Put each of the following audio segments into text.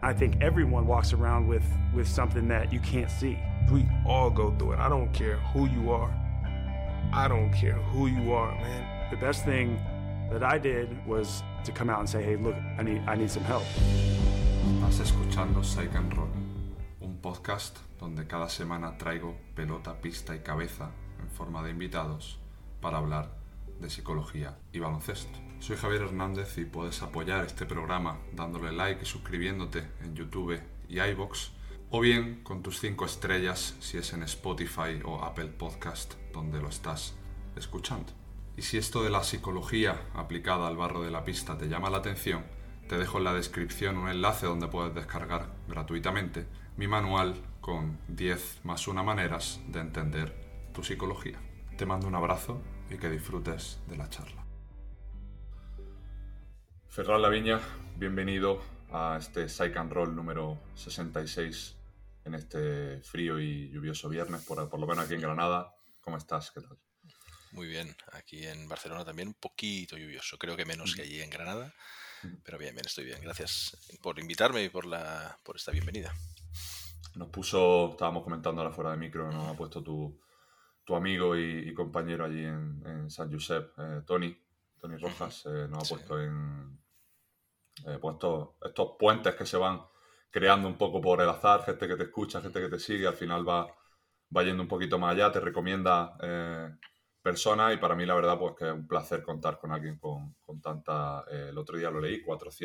I think everyone walks around with something that you can't see. We all go through it. I don't care who you are. I don't care who you are, man. The best thing that I did was to come out and say, hey, look, I need some help. Estás escuchando Psych and Roll, un podcast donde cada semana traigo pelota, pista y cabeza en forma de invitados para hablar de psicología y baloncesto. Soy Javier Hernández y puedes apoyar este programa dándole like y suscribiéndote en YouTube y iVoox, o bien con tus 5 estrellas si es en Spotify o Apple Podcast donde lo estás escuchando. Y si esto de la psicología aplicada al barro de la pista te llama la atención, te dejo en la descripción un enlace donde puedes descargar gratuitamente mi manual con 10 más 1 maneras de entender tu psicología. Te mando un abrazo y que disfrutes de la charla. Ferran Laviña, bienvenido a este Psych and Roll número 66 en este frío y lluvioso viernes, por lo menos aquí en Granada. ¿Cómo estás? ¿Qué tal? Muy bien, aquí en Barcelona también un poquito lluvioso, creo que menos que allí en Granada, pero bien, estoy bien. Gracias por invitarme y por esta bienvenida. Estábamos comentando ahora fuera de micro, nos ha puesto tu amigo y compañero allí en San Josep, Tony Rojas, nos ha puesto en estos puentes que se van creando un poco por el azar, gente que te escucha, gente que te sigue, al final va yendo un poquito más allá, te recomienda personas, y para mí la verdad pues que es un placer contar con alguien con tanta... el otro día lo leí,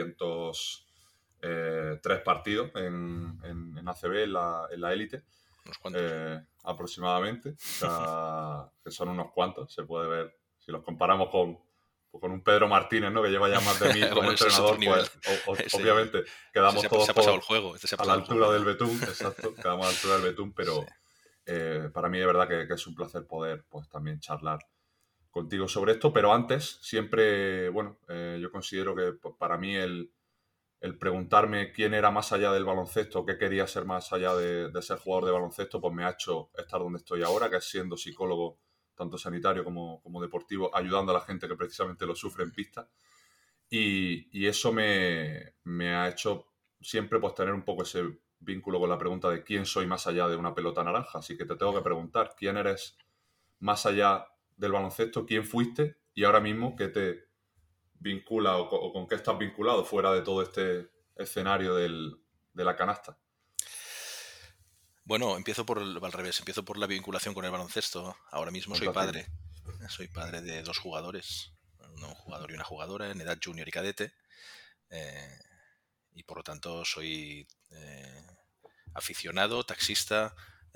403 partidos en ACB, en la élite. Unos cuantos. Aproximadamente, o sea, que son unos cuantos, se puede ver, si los comparamos con un Pedro Martínez, ¿no? Que lleva ya más de 1000 como bueno, entrenador, pues obviamente quedamos todos se ha pasado el juego. A la altura del betún, exacto, quedamos a la altura del betún, pero sí. Para mí de verdad que es un placer poder pues también charlar contigo sobre esto, pero antes siempre, yo considero que para mí el preguntarme quién era más allá del baloncesto, qué quería ser más allá de ser jugador de baloncesto, pues me ha hecho estar donde estoy ahora, que es siendo psicólogo tanto sanitario como deportivo, ayudando a la gente que precisamente lo sufre en pista. Y eso me ha hecho siempre pues tener un poco ese vínculo con la pregunta de quién soy más allá de una pelota naranja. Así que te tengo que preguntar, ¿quién eres más allá del baloncesto? ¿Quién fuiste? Y ahora mismo, ¿qué te vincula o con qué estás vinculado fuera de todo este escenario de la canasta? Bueno, empiezo al revés, empiezo por la vinculación con el baloncesto. Ahora mismo soy padre de 2 jugadores, un jugador y una jugadora en edad junior y cadete, y por lo tanto soy aficionado, taxista,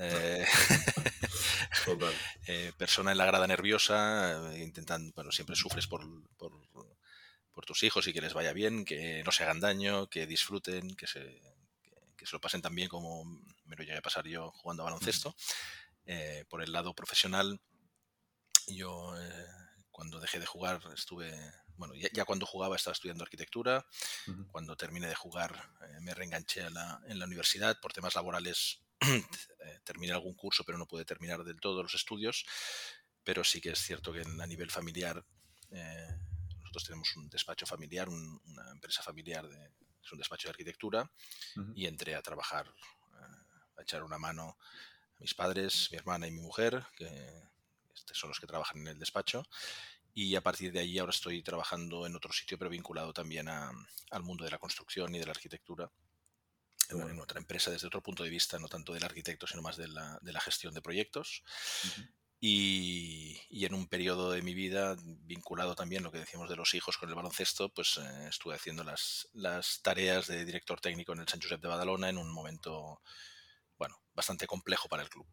persona en la grada nerviosa, intentando, siempre sufres por tus hijos y que les vaya bien, que no se hagan daño, que disfruten, que se lo pasen tan bien como me lo llegué a pasar yo jugando a baloncesto. Por el lado profesional, yo cuando dejé de jugar ya cuando jugaba estaba estudiando arquitectura. Cuando terminé de jugar me reenganché en la universidad. Por temas laborales terminé algún curso, pero no pude terminar del todo los estudios. Pero sí que es cierto que a nivel familiar, nosotros tenemos un despacho familiar, una empresa familiar es un despacho de arquitectura, y entré a trabajar, a echar una mano a mis padres, mi hermana y mi mujer, que son los que trabajan en el despacho, y a partir de ahí ahora estoy trabajando en otro sitio, pero vinculado también al mundo de la construcción y de la arquitectura, en otra empresa desde otro punto de vista, no tanto del arquitecto, sino más de la gestión de proyectos. Y en un periodo de mi vida vinculado también, lo que decíamos de los hijos con el baloncesto, pues estuve haciendo las tareas de director técnico en el Sant Josep de Badalona en un momento bastante complejo para el club.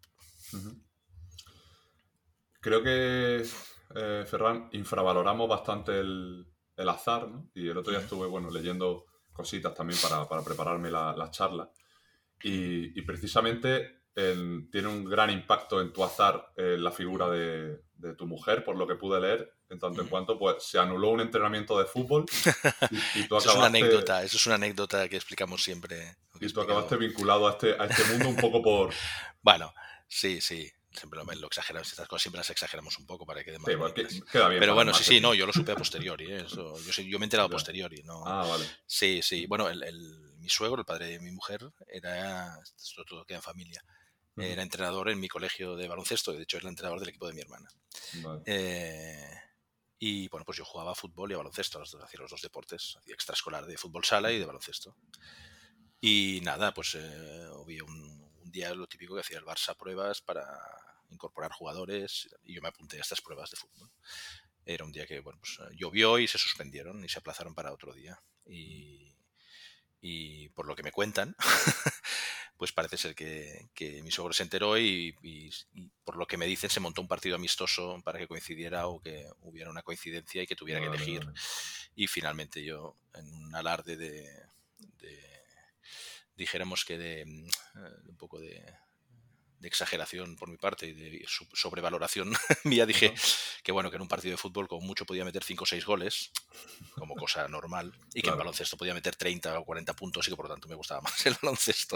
Creo que, Ferran, infravaloramos bastante el azar, ¿no? Y el otro día estuve leyendo cositas también para prepararme la charla, y precisamente tiene un gran impacto en tu azar la figura de tu mujer, por lo que pude leer, en tanto en cuanto pues se anuló un entrenamiento de fútbol y tú acabaste... Eso es una anécdota que explicamos siempre. Y tú acabaste vinculado a este mundo un poco por... Bueno, sí. Siempre lo exageramos, estas cosas siempre las exageramos un poco para que quede más bonitas. Queda bien. Pero bueno, yo lo supe a posteriori. Yo me he enterado a posteriori. ¿No? Ah, vale. Sí. Bueno, mi suegro, el padre de mi mujer, esto todo queda en familia, era entrenador en mi colegio de baloncesto, de hecho era el entrenador del equipo de mi hermana. Vale. Y bueno, pues yo jugaba a fútbol y a baloncesto, hacía los dos deportes, hacía extraescolar de fútbol sala y de baloncesto. Y nada, pues había un día lo típico que hacía el Barça pruebas para incorporar jugadores y yo me apunté a estas pruebas de fútbol. Era un día que bueno, pues, llovió y se suspendieron y se aplazaron para otro día. Y por lo que me cuentan, pues parece ser que mi suegro se enteró y por lo que me dicen se montó un partido amistoso para que coincidiera o que hubiera una coincidencia y que tuviera que elegir. Y finalmente yo, en un alarde dijéramos que de un poco de exageración por mi parte y de sobrevaloración mía, dije que bueno, que en un partido de fútbol como mucho podía meter 5 o 6 goles, como cosa normal, y que en baloncesto podía meter 30 o 40 puntos y que por lo tanto me gustaba más el baloncesto.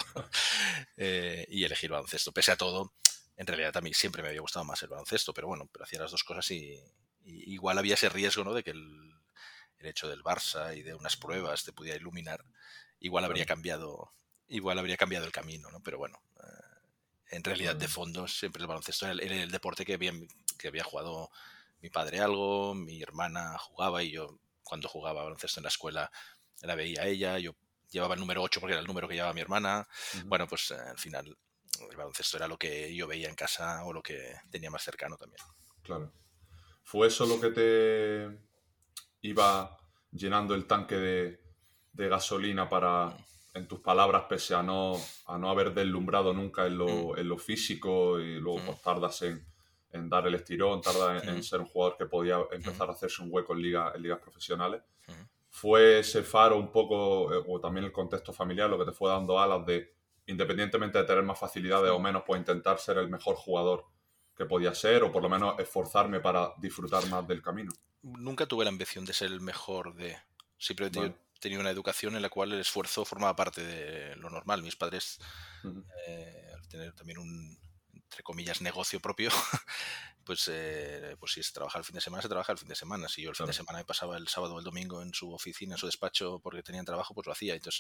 Y elegí el baloncesto. Pese a todo, en realidad también siempre me había gustado más el baloncesto, pero bueno, hacía las dos cosas y igual había ese riesgo, ¿no?, de que el hecho del Barça y de unas pruebas te pudiera iluminar, igual habría cambiado el camino, ¿no? Pero bueno, en realidad de fondo siempre el baloncesto era el deporte que había jugado mi padre algo, mi hermana jugaba y yo cuando jugaba baloncesto en la escuela la veía a ella, yo llevaba el número 8 porque era el número que llevaba mi hermana. Bueno, pues al final el baloncesto era lo que yo veía en casa o lo que tenía más cercano también. Claro. ¿Fue eso lo que te iba llenando el tanque de gasolina para, en tus palabras, pese a no haber deslumbrado nunca en lo físico y luego pues tardas en dar el estirón, tardas en ser un jugador que podía empezar a hacerse un hueco en ligas profesionales? ¿Fue ese faro un poco, o también el contexto familiar, lo que te fue dando alas de, independientemente de tener más facilidades o menos, pues intentar ser el mejor jugador que podía ser, o por lo menos esforzarme para disfrutar más del camino? Nunca tuve la ambición de ser el mejor simplemente yo tenía una educación en la cual el esfuerzo formaba parte de lo normal. Mis padres, al tener también un, entre comillas, negocio propio, pues si se trabaja el fin de semana, se trabaja el fin de semana. Si yo el fin de semana me pasaba el sábado o el domingo en su oficina, en su despacho, porque tenían trabajo, pues lo hacía. Entonces,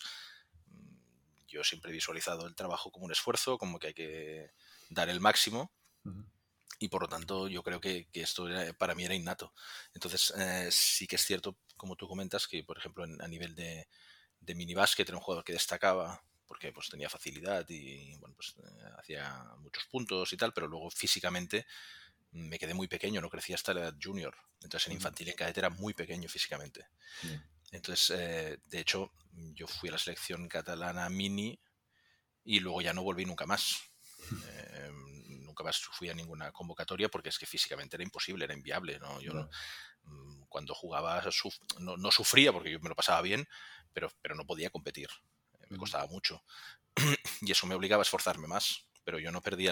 yo siempre he visualizado el trabajo como un esfuerzo, como que hay que dar el máximo. Y por lo tanto yo creo que esto para mí era innato. Entonces sí que es cierto, como tú comentas, que por ejemplo a nivel de minibásquet era un jugador que destacaba porque pues tenía facilidad y bueno, pues hacía muchos puntos y tal, pero luego físicamente me quedé muy pequeño, no crecía hasta la edad junior. Entonces en infantil y en cadete era muy pequeño físicamente. Entonces de hecho yo fui a la selección catalana mini y luego ya no volví nunca más. Nunca más fui a ninguna convocatoria porque es que físicamente era imposible, era inviable, ¿no? Yo cuando jugaba no sufría porque yo me lo pasaba bien, pero no podía competir, me costaba mucho y eso me obligaba a esforzarme más, pero yo no perdía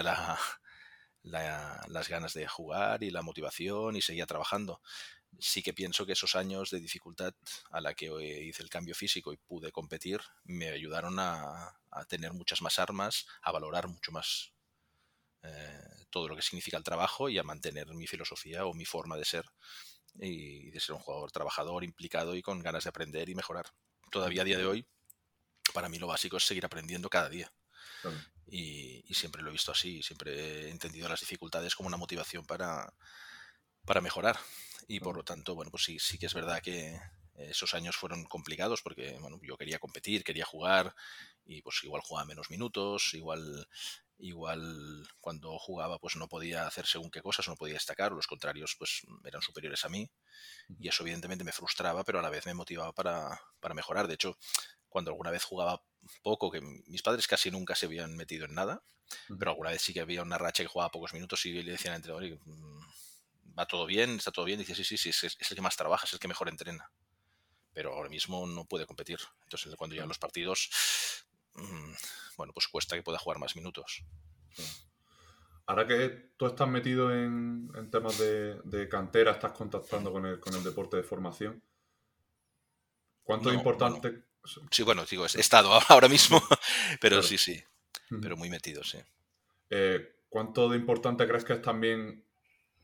las ganas de jugar y la motivación y seguía trabajando. Sí que pienso que esos años de dificultad a la que hice el cambio físico y pude competir me ayudaron a tener muchas más armas, a valorar mucho más todo lo que significa el trabajo y a mantener mi filosofía o mi forma de ser y de ser un jugador trabajador, implicado y con ganas de aprender y mejorar. Todavía a día de hoy, para mí lo básico es seguir aprendiendo cada día. Y siempre lo he visto así, siempre he entendido las dificultades como una motivación para mejorar. Y por lo tanto, bueno, pues sí que es verdad que esos años fueron complicados porque bueno, yo quería competir, quería jugar y pues igual jugaba menos minutos, igual cuando jugaba pues no podía hacer según qué cosas, no podía destacar, o los contrarios pues eran superiores a mí y eso evidentemente me frustraba, pero a la vez me motivaba para mejorar. De hecho, cuando alguna vez jugaba poco, que mis padres casi nunca se habían metido en nada, pero alguna vez sí que había una racha que jugaba pocos minutos y le decían al entrenador, va todo bien, está todo bien, dice sí, es el que más trabaja, es el que mejor entrena, pero ahora mismo no puede competir. Entonces cuando llegan los partidos, bueno, pues cuesta que pueda jugar más minutos. Ahora que tú estás metido en temas de cantera, estás contactando con el deporte de formación, ¿cuánto es importante? Bueno. Sí, bueno, digo, he estado ahora mismo, pero claro. sí, pero muy metido, sí. ¿Cuánto de importante crees que es también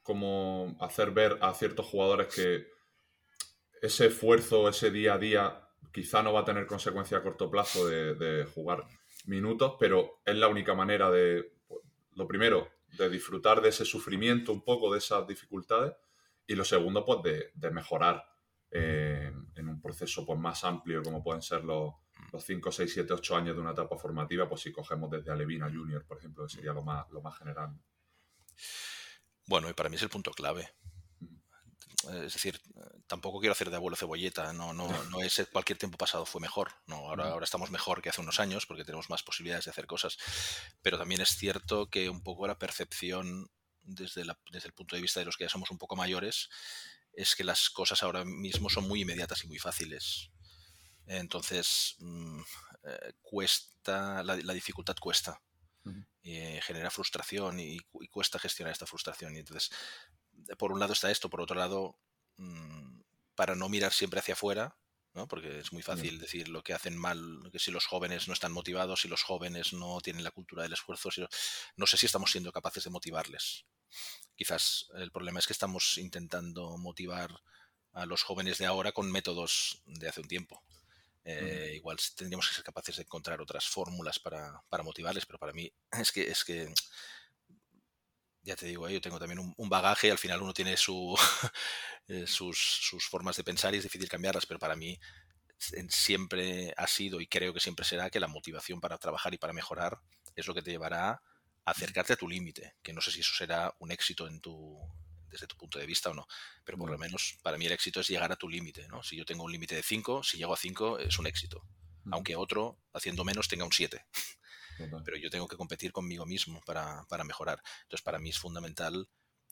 como hacer ver a ciertos jugadores que ese esfuerzo, ese día a día quizá no va a tener consecuencia a corto plazo de jugar minutos, pero es la única manera de, pues, lo primero, de disfrutar de ese sufrimiento un poco, de esas dificultades, y lo segundo, pues de mejorar en un proceso pues, más amplio, como pueden ser los 5, 6, 7, 8 años de una etapa formativa, pues si cogemos desde Alevín a Junior, por ejemplo, que sería lo más general. Bueno, y para mí es el punto clave. Es decir, tampoco quiero hacer de abuelo cebolleta, no es cualquier tiempo pasado fue mejor, no, ahora estamos mejor que hace unos años porque tenemos más posibilidades de hacer cosas, pero también es cierto que un poco la percepción desde el punto de vista de los que ya somos un poco mayores es que las cosas ahora mismo son muy inmediatas y muy fáciles. Entonces, cuesta, la dificultad cuesta, genera frustración y cuesta gestionar esta frustración. Y entonces, por un lado está esto, por otro lado, para no mirar siempre hacia afuera, ¿no? Porque es muy fácil decir lo que hacen mal, que si los jóvenes no están motivados, si los jóvenes no tienen la cultura del esfuerzo, no sé si estamos siendo capaces de motivarles. Quizás el problema es que estamos intentando motivar a los jóvenes de ahora con métodos de hace un tiempo. Igual tendríamos que ser capaces de encontrar otras fórmulas para motivarles, pero para mí es que ya te digo, yo tengo también un bagaje y al final uno tiene sus formas de pensar y es difícil cambiarlas, pero para mí siempre ha sido y creo que siempre será que la motivación para trabajar y para mejorar es lo que te llevará a acercarte a tu límite, que no sé si eso será un éxito desde tu punto de vista o no, pero por lo menos para mí el éxito es llegar a tu límite, ¿no? Si yo tengo un límite de 5, si llego a 5 es un éxito, aunque otro haciendo menos tenga un 7. Pero yo tengo que competir conmigo mismo para mejorar. Entonces, para mí es fundamental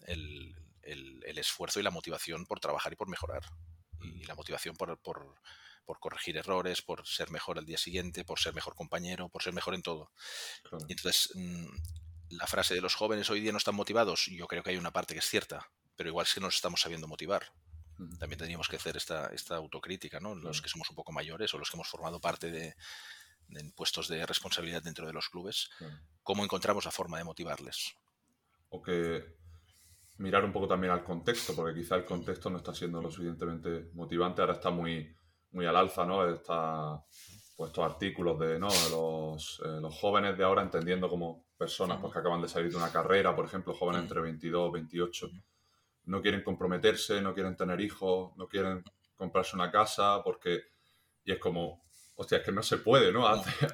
el esfuerzo y la motivación por trabajar y por mejorar. Y la motivación por corregir errores, por ser mejor al día siguiente, por ser mejor compañero, por ser mejor en todo. Claro. Y entonces, la frase de los jóvenes hoy día no están motivados, yo creo que hay una parte que es cierta, pero igual es que nos estamos sabiendo motivar. También tendríamos que hacer esta autocrítica, ¿no? Los que somos un poco mayores o los que hemos formado parte en puestos de responsabilidad dentro de los clubes, ¿cómo encontramos la forma de motivarles? O que mirar un poco también al contexto, porque quizá el contexto no está siendo lo suficientemente motivante. Ahora está muy, muy al alza, ¿no? Está pues, estos artículos de ¿no? los jóvenes de ahora entendiendo como personas pues, que acaban de salir de una carrera, por ejemplo, jóvenes entre 22 y 28, no quieren comprometerse, no quieren tener hijos, no quieren comprarse una casa, porque... Y es como, hostia, es que no se puede, ¿no?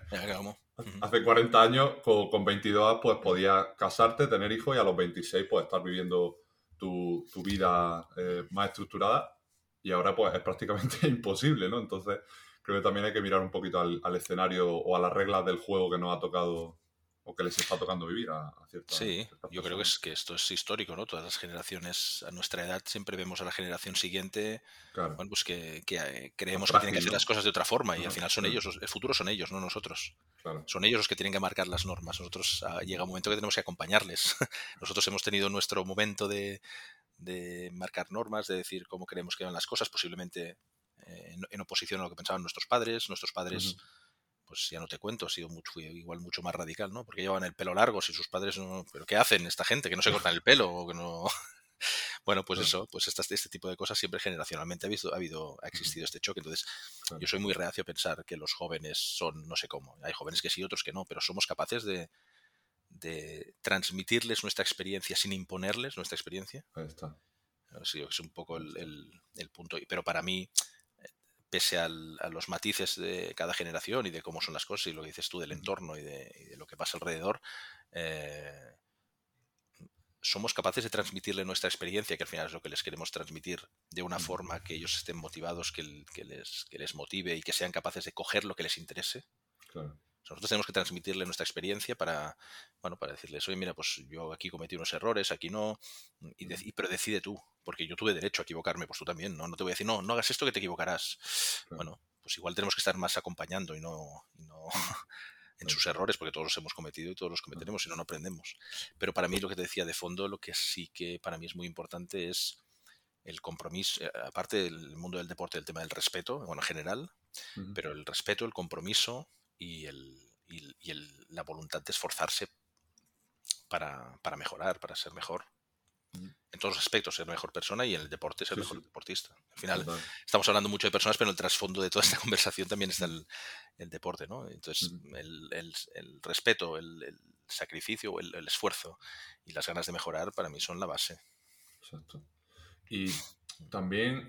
Hace 40 años, con 22, pues podías casarte, tener hijos y a los 26, pues estar viviendo tu vida más estructurada. Y ahora, pues es prácticamente imposible, ¿no? Entonces, creo que también hay que mirar un poquito al escenario o a las reglas del juego que nos ha tocado o que les está tocando vivir a ciertas Sí, yo creo personas. que esto es histórico, ¿no? Todas las generaciones a nuestra edad siempre vemos a la generación siguiente, Claro. bueno, pues que creemos Frágil, que tienen que hacer ¿no? las cosas de otra forma y al final son Claro. ellos, el futuro son ellos, no nosotros. Claro. Son ellos los que tienen que marcar las normas. Nosotros llega un momento que tenemos que acompañarles. Nosotros hemos tenido nuestro momento de marcar normas, de decir cómo queremos que van las cosas, posiblemente en oposición a lo que pensaban nuestros padres. Nuestros padres, pues ya no te cuento, fue igual mucho más radical, ¿no? Porque llevaban el pelo largo, si sus padres no... ¿Pero qué hacen esta gente? Que no se cortan el pelo o que no... Bueno, pues eso, pues este tipo de cosas siempre generacionalmente ha existido este choque. Entonces, yo soy muy reacio a pensar que los jóvenes son no sé cómo. Hay jóvenes que sí, otros que no, pero somos capaces de transmitirles nuestra experiencia sin imponerles nuestra experiencia. Ahí está. Sí, es un poco el punto. Pero para mí, pese a los matices de cada generación y de cómo son las cosas y lo que dices tú del entorno y de lo que pasa alrededor, somos capaces de transmitirle nuestra experiencia, que al final es lo que les queremos transmitir, de una forma que ellos estén motivados, que les motive y que sean capaces de coger lo que les interese. Claro. Nosotros tenemos que transmitirle nuestra experiencia para decirles, oye, mira, pues yo aquí cometí unos errores, aquí no, pero decide tú, porque yo tuve derecho a equivocarme, pues tú también, ¿no? No te voy a decir, no hagas esto que te equivocarás. Claro. Bueno, pues igual tenemos que estar más acompañando y no en sus errores, porque todos los hemos cometido y todos los cometeremos y no aprendemos. Pero para mí lo que te decía de fondo, lo que sí que para mí es muy importante es el compromiso, aparte del mundo del deporte, el tema del respeto, bueno, en general, pero el respeto, el compromiso y la voluntad de esforzarse para mejorar, para ser mejor. En todos los aspectos, ser mejor persona y en el deporte ser Sí, mejor sí, deportista. Al final total. estamos hablando mucho de personas, pero en el trasfondo de toda esta conversación también está el deporte, ¿no? Entonces, Ujú. el respeto, el sacrificio, el esfuerzo y las ganas de mejorar para mí son la base. Exacto. Y también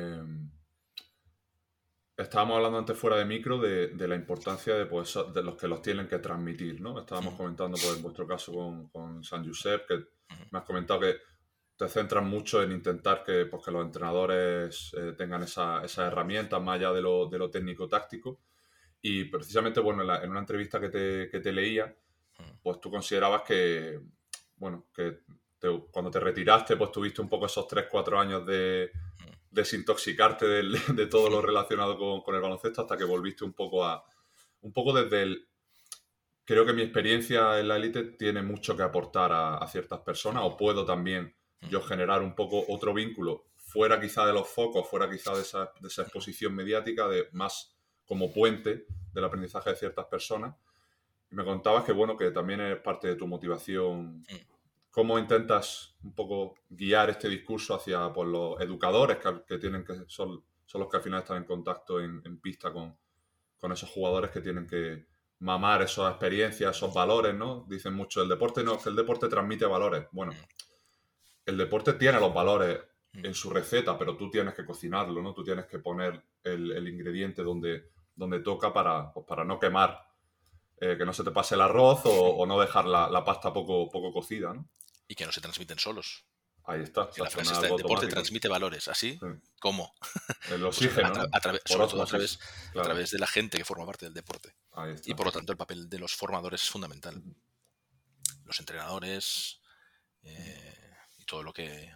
estábamos hablando antes fuera de micro de la importancia de, pues, de los que los tienen que transmitir, ¿no? Estábamos comentando, pues, en vuestro caso con San Josep, que me has comentado que te centras mucho en intentar que, pues, que los entrenadores tengan esas herramientas más allá de lo técnico-táctico. Y precisamente, bueno, en una entrevista que te leía, pues tú considerabas que, bueno, que cuando te retiraste, pues tuviste un poco esos 3 4 años de desintoxicarte de todo lo relacionado con el baloncesto hasta que volviste un poco desde el... Creo que mi experiencia en la élite tiene mucho que aportar a ciertas personas o puedo también yo generar un poco otro vínculo fuera quizá de los focos, fuera quizá de esa exposición mediática, de más como puente del aprendizaje de ciertas personas. Y me contabas que, bueno, que también es parte de tu motivación. ¿Cómo intentas un poco guiar este discurso hacia, pues, los educadores que tienen que son los que al final están en contacto en pista con esos jugadores que tienen que mamar esas experiencias, esos valores, ¿no? Dicen mucho, el deporte no, que el deporte transmite valores. Bueno, el deporte tiene los valores en su receta, pero tú tienes que cocinarlo, ¿no? Tú tienes que poner el ingrediente donde toca pues, para no quemar, que no se te pase el arroz o no dejar la pasta poco cocida, ¿no? Y que no se transmiten solos. Ahí está, Que la exacto, no frase es está, algo el deporte automático. transmite valores. ¿Así? Sí. ¿Cómo? El Pues oxígeno, ¿no? Por sobre todo ósmosis, a claro. través de la gente que forma parte del deporte. Ahí Y está. por lo tanto el papel de los formadores es fundamental. Los entrenadores y todo lo que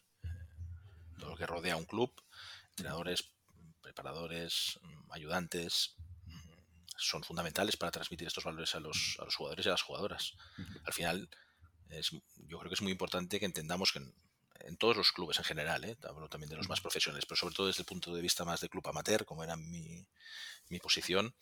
rodea un club, entrenadores, preparadores, ayudantes, son fundamentales para transmitir estos valores a los jugadores y a las jugadoras. Al final, yo creo que es muy importante que entendamos que en todos los clubes en general, hablo también de los más profesionales, pero sobre todo desde el punto de vista más de club amateur, como era mi posición,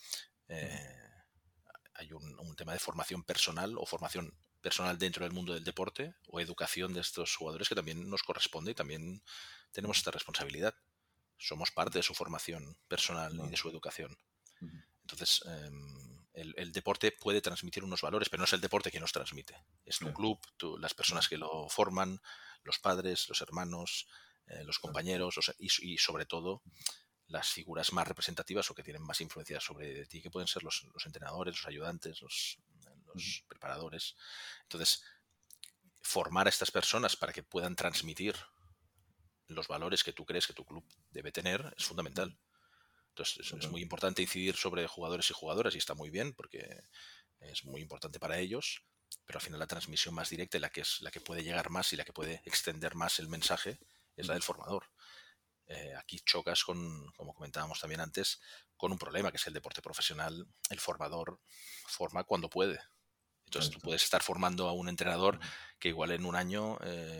hay un tema de formación personal o formación personal dentro del mundo del deporte o educación de estos jugadores que también nos corresponde y también tenemos esta responsabilidad. Somos parte de su formación personal y de su educación. Entonces, el deporte puede transmitir unos valores, pero no es el deporte quien los transmite. Es tu club, las personas que lo forman, los padres, los hermanos, los compañeros y sobre todo las figuras más representativas o que tienen más influencia sobre ti, que pueden ser los entrenadores, los ayudantes, los preparadores. Entonces, formar a estas personas para que puedan transmitir los valores que tú crees que tu club debe tener es fundamental. Entonces, es muy importante incidir sobre jugadores y jugadoras y está muy bien porque es muy importante para ellos, pero al final la transmisión más directa y la que puede llegar más y la que puede extender más el mensaje es la del formador. Aquí chocas como comentábamos también antes, con un problema que es el deporte profesional. El formador forma cuando puede. Entonces tú puedes estar formando a un entrenador que igual en un año,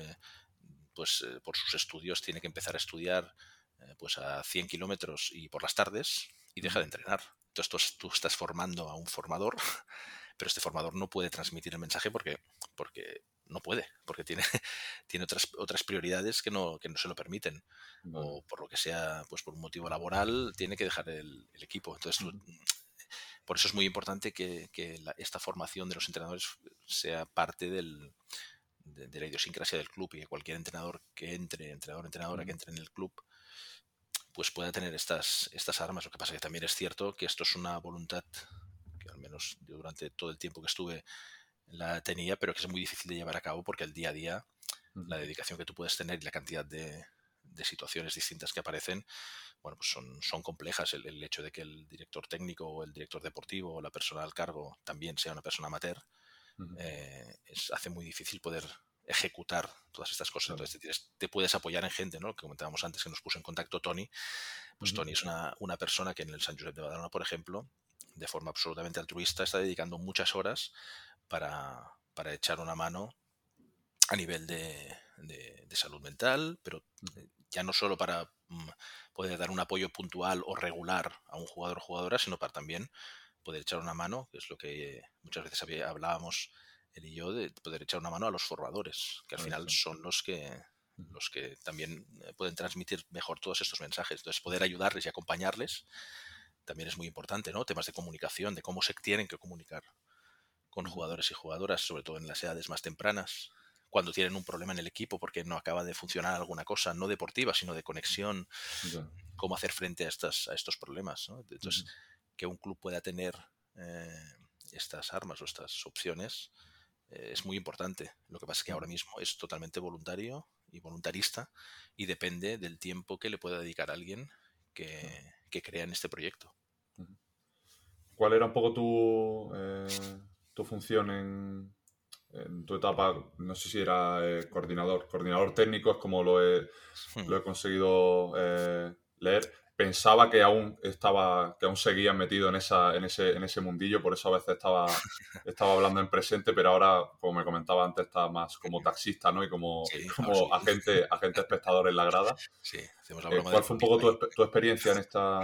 por sus estudios tiene que empezar a estudiar pues a 100 kilómetros y por las tardes y deja de entrenar. Entonces tú estás formando a un formador, pero este formador no puede transmitir el mensaje porque no puede, porque tiene otras prioridades que no se lo permiten. O por lo que sea, pues por un motivo laboral, tiene que dejar el equipo. Entonces por eso es muy importante que esta formación de los entrenadores sea parte de la idiosincrasia del club y que cualquier entrenador que entre, entrenadora que entre en el club, pues pueda tener estas armas. Lo que pasa es que también es cierto que esto es una voluntad que al menos yo durante todo el tiempo que estuve la tenía, pero que es muy difícil de llevar a cabo porque el día a día, la dedicación que tú puedes tener y la cantidad de situaciones distintas que aparecen, bueno, pues son complejas. El hecho de que el director técnico o el director deportivo o la persona al cargo también sea una persona amateur, hace muy difícil poder ejecutar todas estas cosas. Entonces te puedes apoyar en gente, ¿no? Que comentábamos antes que nos puso en contacto Tony. Pues Tony es una persona que en el Sant Josep de Badalona, por ejemplo, de forma absolutamente altruista, está dedicando muchas horas para echar una mano a nivel de salud mental, pero ya no solo para poder dar un apoyo puntual o regular a un jugador o jugadora, sino para también poder echar una mano, que es lo que muchas veces hablábamos él y yo, de poder echar una mano a los formadores, que al final son los que también pueden transmitir mejor todos estos mensajes. Entonces, poder ayudarles y acompañarles también es muy importante, ¿no? Temas de comunicación, de cómo se tienen que comunicar con jugadores y jugadoras, sobre todo en las edades más tempranas, cuando tienen un problema en el equipo porque no acaba de funcionar alguna cosa, no deportiva, sino de conexión, cómo hacer frente a estos problemas, ¿no? Entonces, que un club pueda tener estas armas o estas opciones es muy importante. Lo que pasa es que ahora mismo es totalmente voluntario y voluntarista y depende del tiempo que le pueda dedicar a alguien que crea en este proyecto. ¿Cuál era un poco tu función en tu etapa? No sé si era coordinador técnico, es como lo he conseguido leer. Pensaba que aún seguías metido en ese mundillo, por eso a veces estaba hablando en presente, pero ahora, como me comentaba antes, está más como taxista, ¿no? Y como agente espectador en la grada. Sí, hacemos la broma. ¿Cuál fue un poco tu experiencia en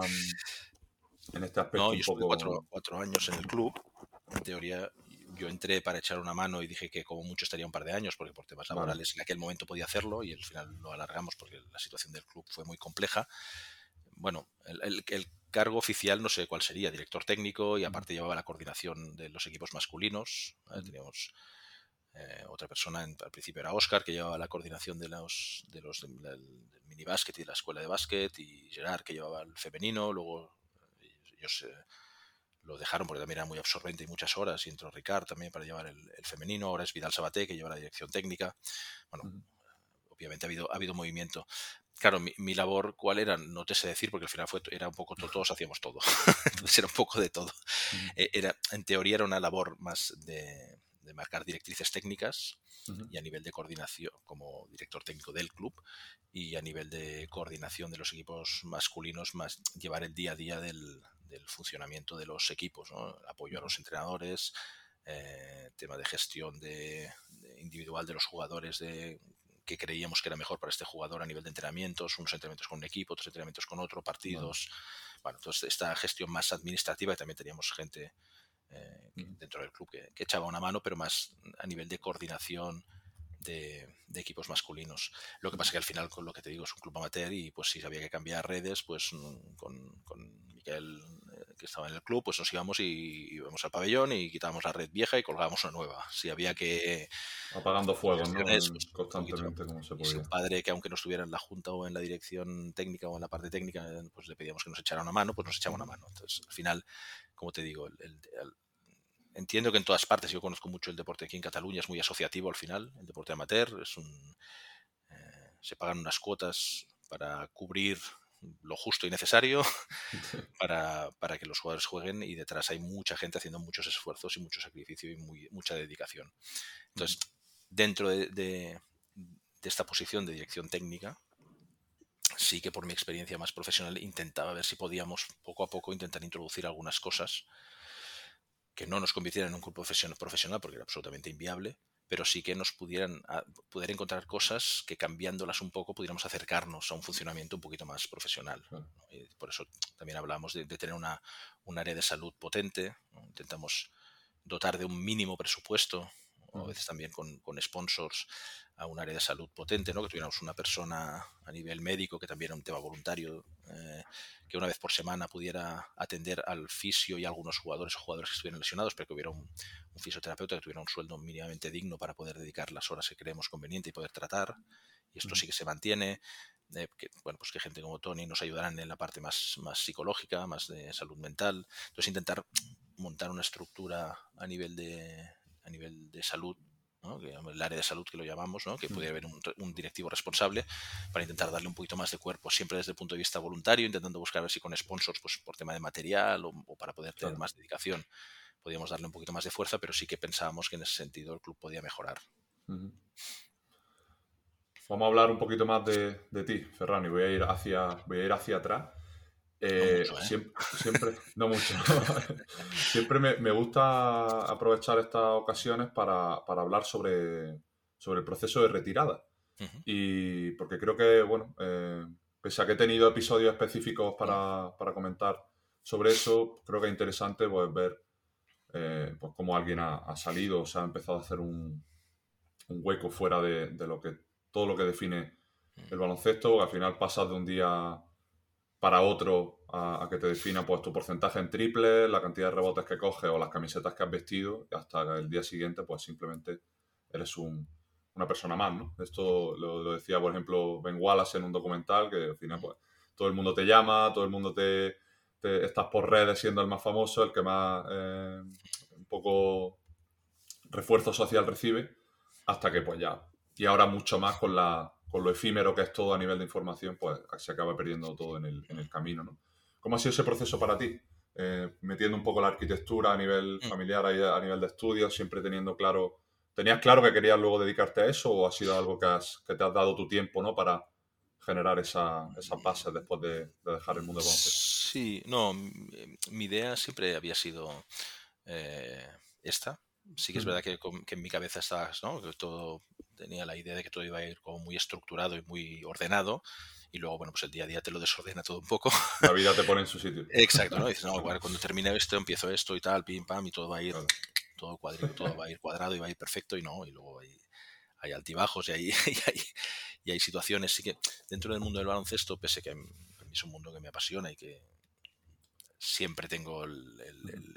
este aspecto? No, yo estuve 4 años en el club. En teoría, yo entré para echar una mano y dije que como mucho estaría un par de años, porque por temas laborales en aquel momento podía hacerlo y al final lo alargamos porque la situación del club fue muy compleja. Bueno, el cargo oficial no sé cuál sería, director técnico, y aparte llevaba la coordinación de los equipos masculinos. Teníamos otra persona, al principio era Óscar, que llevaba la coordinación del minibásquet y de la escuela de básquet, y Gerard, que llevaba el femenino. Luego ellos lo dejaron porque también era muy absorbente y muchas horas, y entró Ricard también para llevar el femenino. Ahora es Vidal Sabaté, que lleva la dirección técnica. Bueno, obviamente ha habido movimiento. Claro, mi labor, ¿cuál era? No te sé decir, porque al final era un poco todos hacíamos todo. Entonces era un poco de todo. En teoría era una labor más de marcar directrices técnicas y a nivel de coordinación como director técnico del club, y a nivel de coordinación de los equipos masculinos más llevar el día a día del funcionamiento de los equipos, ¿no? Apoyo a los entrenadores, tema de gestión individual de los jugadores, que creíamos que era mejor para este jugador a nivel de entrenamientos, unos entrenamientos con un equipo, otros entrenamientos con otro, partidos. Bueno, entonces esta gestión más administrativa, y también teníamos gente dentro del club que echaba una mano, pero más a nivel de coordinación de equipos masculinos. Lo que pasa es que al final, con lo que te digo, es un club amateur, y pues si había que cambiar redes, pues con Miquel, que estaba en el club, pues nos íbamos y íbamos al pabellón y quitábamos la red vieja y colgábamos una nueva. Si había que... apagando fuegos, ¿no? Pues, Constantemente, como se podía. Si un padre que, aunque no estuviera en la junta o en la dirección técnica o en la parte técnica, pues le pedíamos que nos echara una mano, pues nos echaba una mano. Entonces, al final, como te digo, entiendo que en todas partes, yo conozco mucho el deporte aquí en Cataluña, es muy asociativo al final, el deporte amateur, se pagan unas cuotas para cubrir lo justo y necesario para que los jugadores jueguen, y detrás hay mucha gente haciendo muchos esfuerzos y mucho sacrificio y mucha dedicación. Entonces, dentro de esta posición de dirección técnica, sí que por mi experiencia más profesional intentaba ver si podíamos poco a poco intentar introducir algunas cosas que no nos convirtieran en un club profesional, porque era absolutamente inviable, pero sí que nos poder encontrar cosas que, cambiándolas un poco, pudiéramos acercarnos a un funcionamiento un poquito más profesional, ¿no? Y por eso también hablamos de tener un área de salud potente, ¿no? Intentamos dotar de un mínimo presupuesto, o a veces también con sponsors, a un área de salud potente, ¿no? Que tuviéramos una persona a nivel médico, que también era un tema voluntario, que una vez por semana pudiera atender al fisio y a algunos jugadores que estuvieran lesionados, pero que hubiera un fisioterapeuta que tuviera un sueldo mínimamente digno para poder dedicar las horas que creemos conveniente y poder tratar. Y esto sí que se mantiene. Pues que gente como Tony nos ayudarán en la parte más psicológica, más de salud mental. Entonces, intentar montar una estructura a nivel de salud, ¿no? El área de salud, que lo llamamos, ¿no? Que pudiera haber un directivo responsable, para intentar darle un poquito más de cuerpo, siempre desde el punto de vista voluntario, intentando buscar a ver si con sponsors, pues por tema de material o para poder tener más dedicación, podíamos darle un poquito más de fuerza, pero sí que pensábamos que en ese sentido el club podía mejorar. Vamos a hablar un poquito más de ti, Ferran, y voy a ir hacia atrás. No mucho. Siempre me gusta aprovechar estas ocasiones para hablar sobre el proceso de retirada. Y porque creo que, bueno, pese a que he tenido episodios específicos para comentar sobre eso, creo que es interesante, pues, ver pues cómo alguien ha salido, o se ha empezado a hacer un hueco fuera de todo lo que define el baloncesto. Al final pasas de un día para otro a que te defina pues tu porcentaje en triple, la cantidad de rebotes que coges o las camisetas que has vestido, y hasta el día siguiente pues simplemente eres una persona más, ¿no? Esto lo decía, por ejemplo, Ben Wallace en un documental, que al final pues todo el mundo te llama, todo el mundo estás por redes siendo el más famoso, el que más un poco refuerzo social recibe, hasta que pues ya, y ahora mucho más con lo efímero que es todo a nivel de información, pues se acaba perdiendo todo en el camino, ¿no? ¿Cómo ha sido ese proceso para ti? Metiendo un poco la arquitectura a nivel familiar, a nivel de estudios, siempre ¿tenías claro que querías luego dedicarte a eso, o ha sido algo que te has dado tu tiempo, ¿no?, para generar esa base después de dejar el mundo del baloncesto? Sí, no, mi idea siempre había sido esta. Sí que es verdad que en mi cabeza estaba, ¿no?, que todo, tenía la idea de que todo iba a ir como muy estructurado y muy ordenado, y luego, bueno, pues el día a día te lo desordena todo un poco. La vida te pone en su sitio. Exacto, ¿no? Dices, no, bueno, cuando termine esto, empiezo esto y tal, pim, pam, y todo va a ir, todo cuadrito, todo va a ir cuadrado y va a ir perfecto, y no, y luego hay altibajos y hay situaciones. Sí que dentro del mundo del baloncesto, pese que a mí es un mundo que me apasiona y que siempre tengo el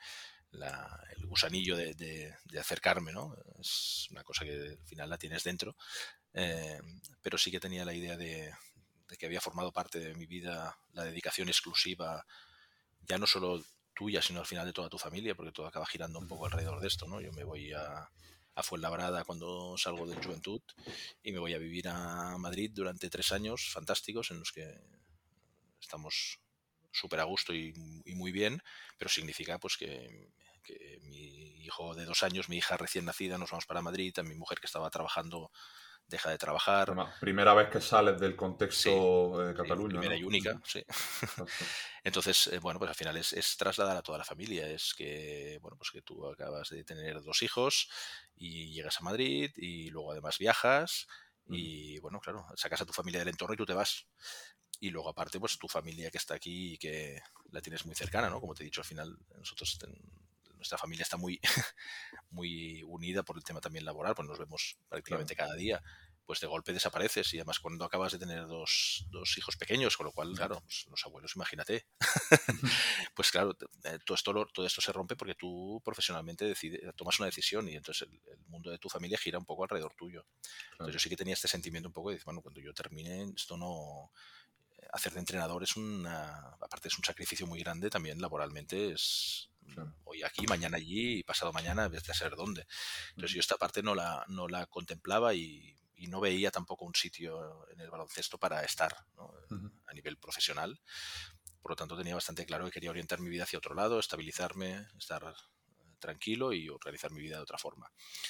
gusanillo de acercarme, ¿no? Es una cosa que al final la tienes dentro, pero sí que tenía la idea de que había formado parte de mi vida la dedicación exclusiva, ya no solo tuya, sino al final de toda tu familia, porque todo acaba girando un poco alrededor de esto, ¿no? Yo me voy a Fuenlabrada cuando salgo del Juventud y me voy a vivir a Madrid durante 3 años fantásticos en los que estamos súper a gusto y muy bien, pero significa pues que mi hijo de 2 años, mi hija recién nacida, nos vamos para Madrid, a mi mujer que estaba trabajando deja de trabajar. Primera vez que sales del contexto Sí, Cataluña, primera ¿no? y única, sí. Entonces, bueno, pues al final es trasladar a toda la familia. Es que, bueno, pues que tú acabas de tener 2 hijos y llegas a Madrid y luego además viajas y, bueno, claro, sacas a tu familia del entorno y tú te vas. Y luego aparte, pues tu familia que está aquí y que la tienes muy cercana, ¿no? Como te he dicho, al final nuestra familia está muy, muy unida por el tema también laboral, pues nos vemos prácticamente cada día. Pues de golpe desapareces, y además cuando acabas de tener dos hijos pequeños, con lo cual, claro, pues los abuelos, imagínate. Pues claro, todo esto se rompe porque tú profesionalmente tomas una decisión, y entonces el mundo de tu familia gira un poco alrededor tuyo. Entonces yo sí que tenía este sentimiento un poco de decir, bueno, cuando yo termine esto, no... Hacer de entrenador aparte es un sacrificio muy grande, también laboralmente es hoy aquí, mañana allí y pasado mañana, vete a saber dónde. Entonces yo esta parte no la contemplaba y no veía tampoco un sitio en el baloncesto para estar, ¿no?, a nivel profesional. Por lo tanto tenía bastante claro que quería orientar mi vida hacia otro lado, estabilizarme, estar tranquilo y organizar mi vida de otra forma.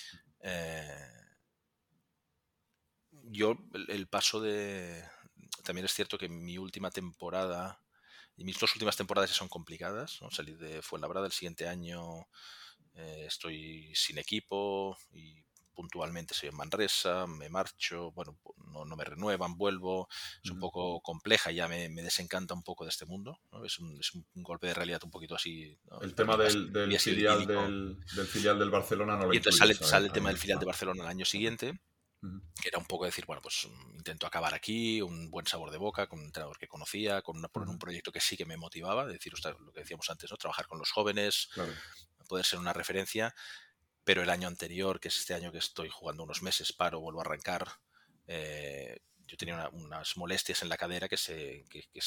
Yo el paso de... También es cierto que mi última temporada y mis 2 últimas temporadas ya son complicadas, ¿no? Salir de Fuenlabrada el siguiente año, estoy sin equipo y puntualmente soy en Manresa, me marcho, bueno, no me renuevan, vuelvo, es un poco compleja, ya me desencanta un poco de este mundo, ¿no? Es un golpe de realidad un poquito así, ¿no? El tema del filial del Barcelona no lo y entonces incluyes. sale el tema del filial de Barcelona el año siguiente, que era un poco decir, bueno, pues intento acabar aquí, un buen sabor de boca, con un entrenador que conocía, con un proyecto que sí que me motivaba, es decir, lo que decíamos antes, ¿no? Trabajar con los jóvenes, claro, poder ser una referencia. Pero el año anterior, que es este año que estoy jugando unos meses, vuelvo a arrancar, yo tenía unas molestias en la cadera que se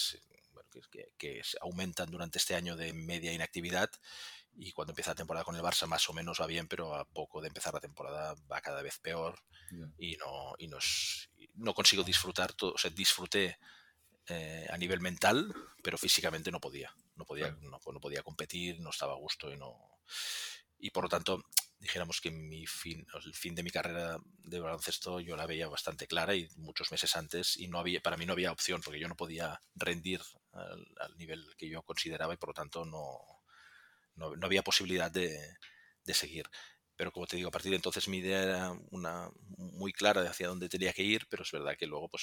aumentan durante este año de media inactividad, y cuando empieza la temporada con el Barça más o menos va bien, pero a poco de empezar la temporada va cada vez peor, y no consigo disfrutar todo. O sea, disfruté a nivel mental, pero físicamente no podía competir, no estaba a gusto y por lo tanto dijéramos que el fin de mi carrera de baloncesto yo la veía bastante clara, y muchos meses antes, y para mí no había opción, porque yo no podía rendir al nivel que yo consideraba, y por lo tanto no había posibilidad de seguir. Pero como te digo, a partir de entonces mi idea era muy clara de hacia dónde tenía que ir, pero es verdad que luego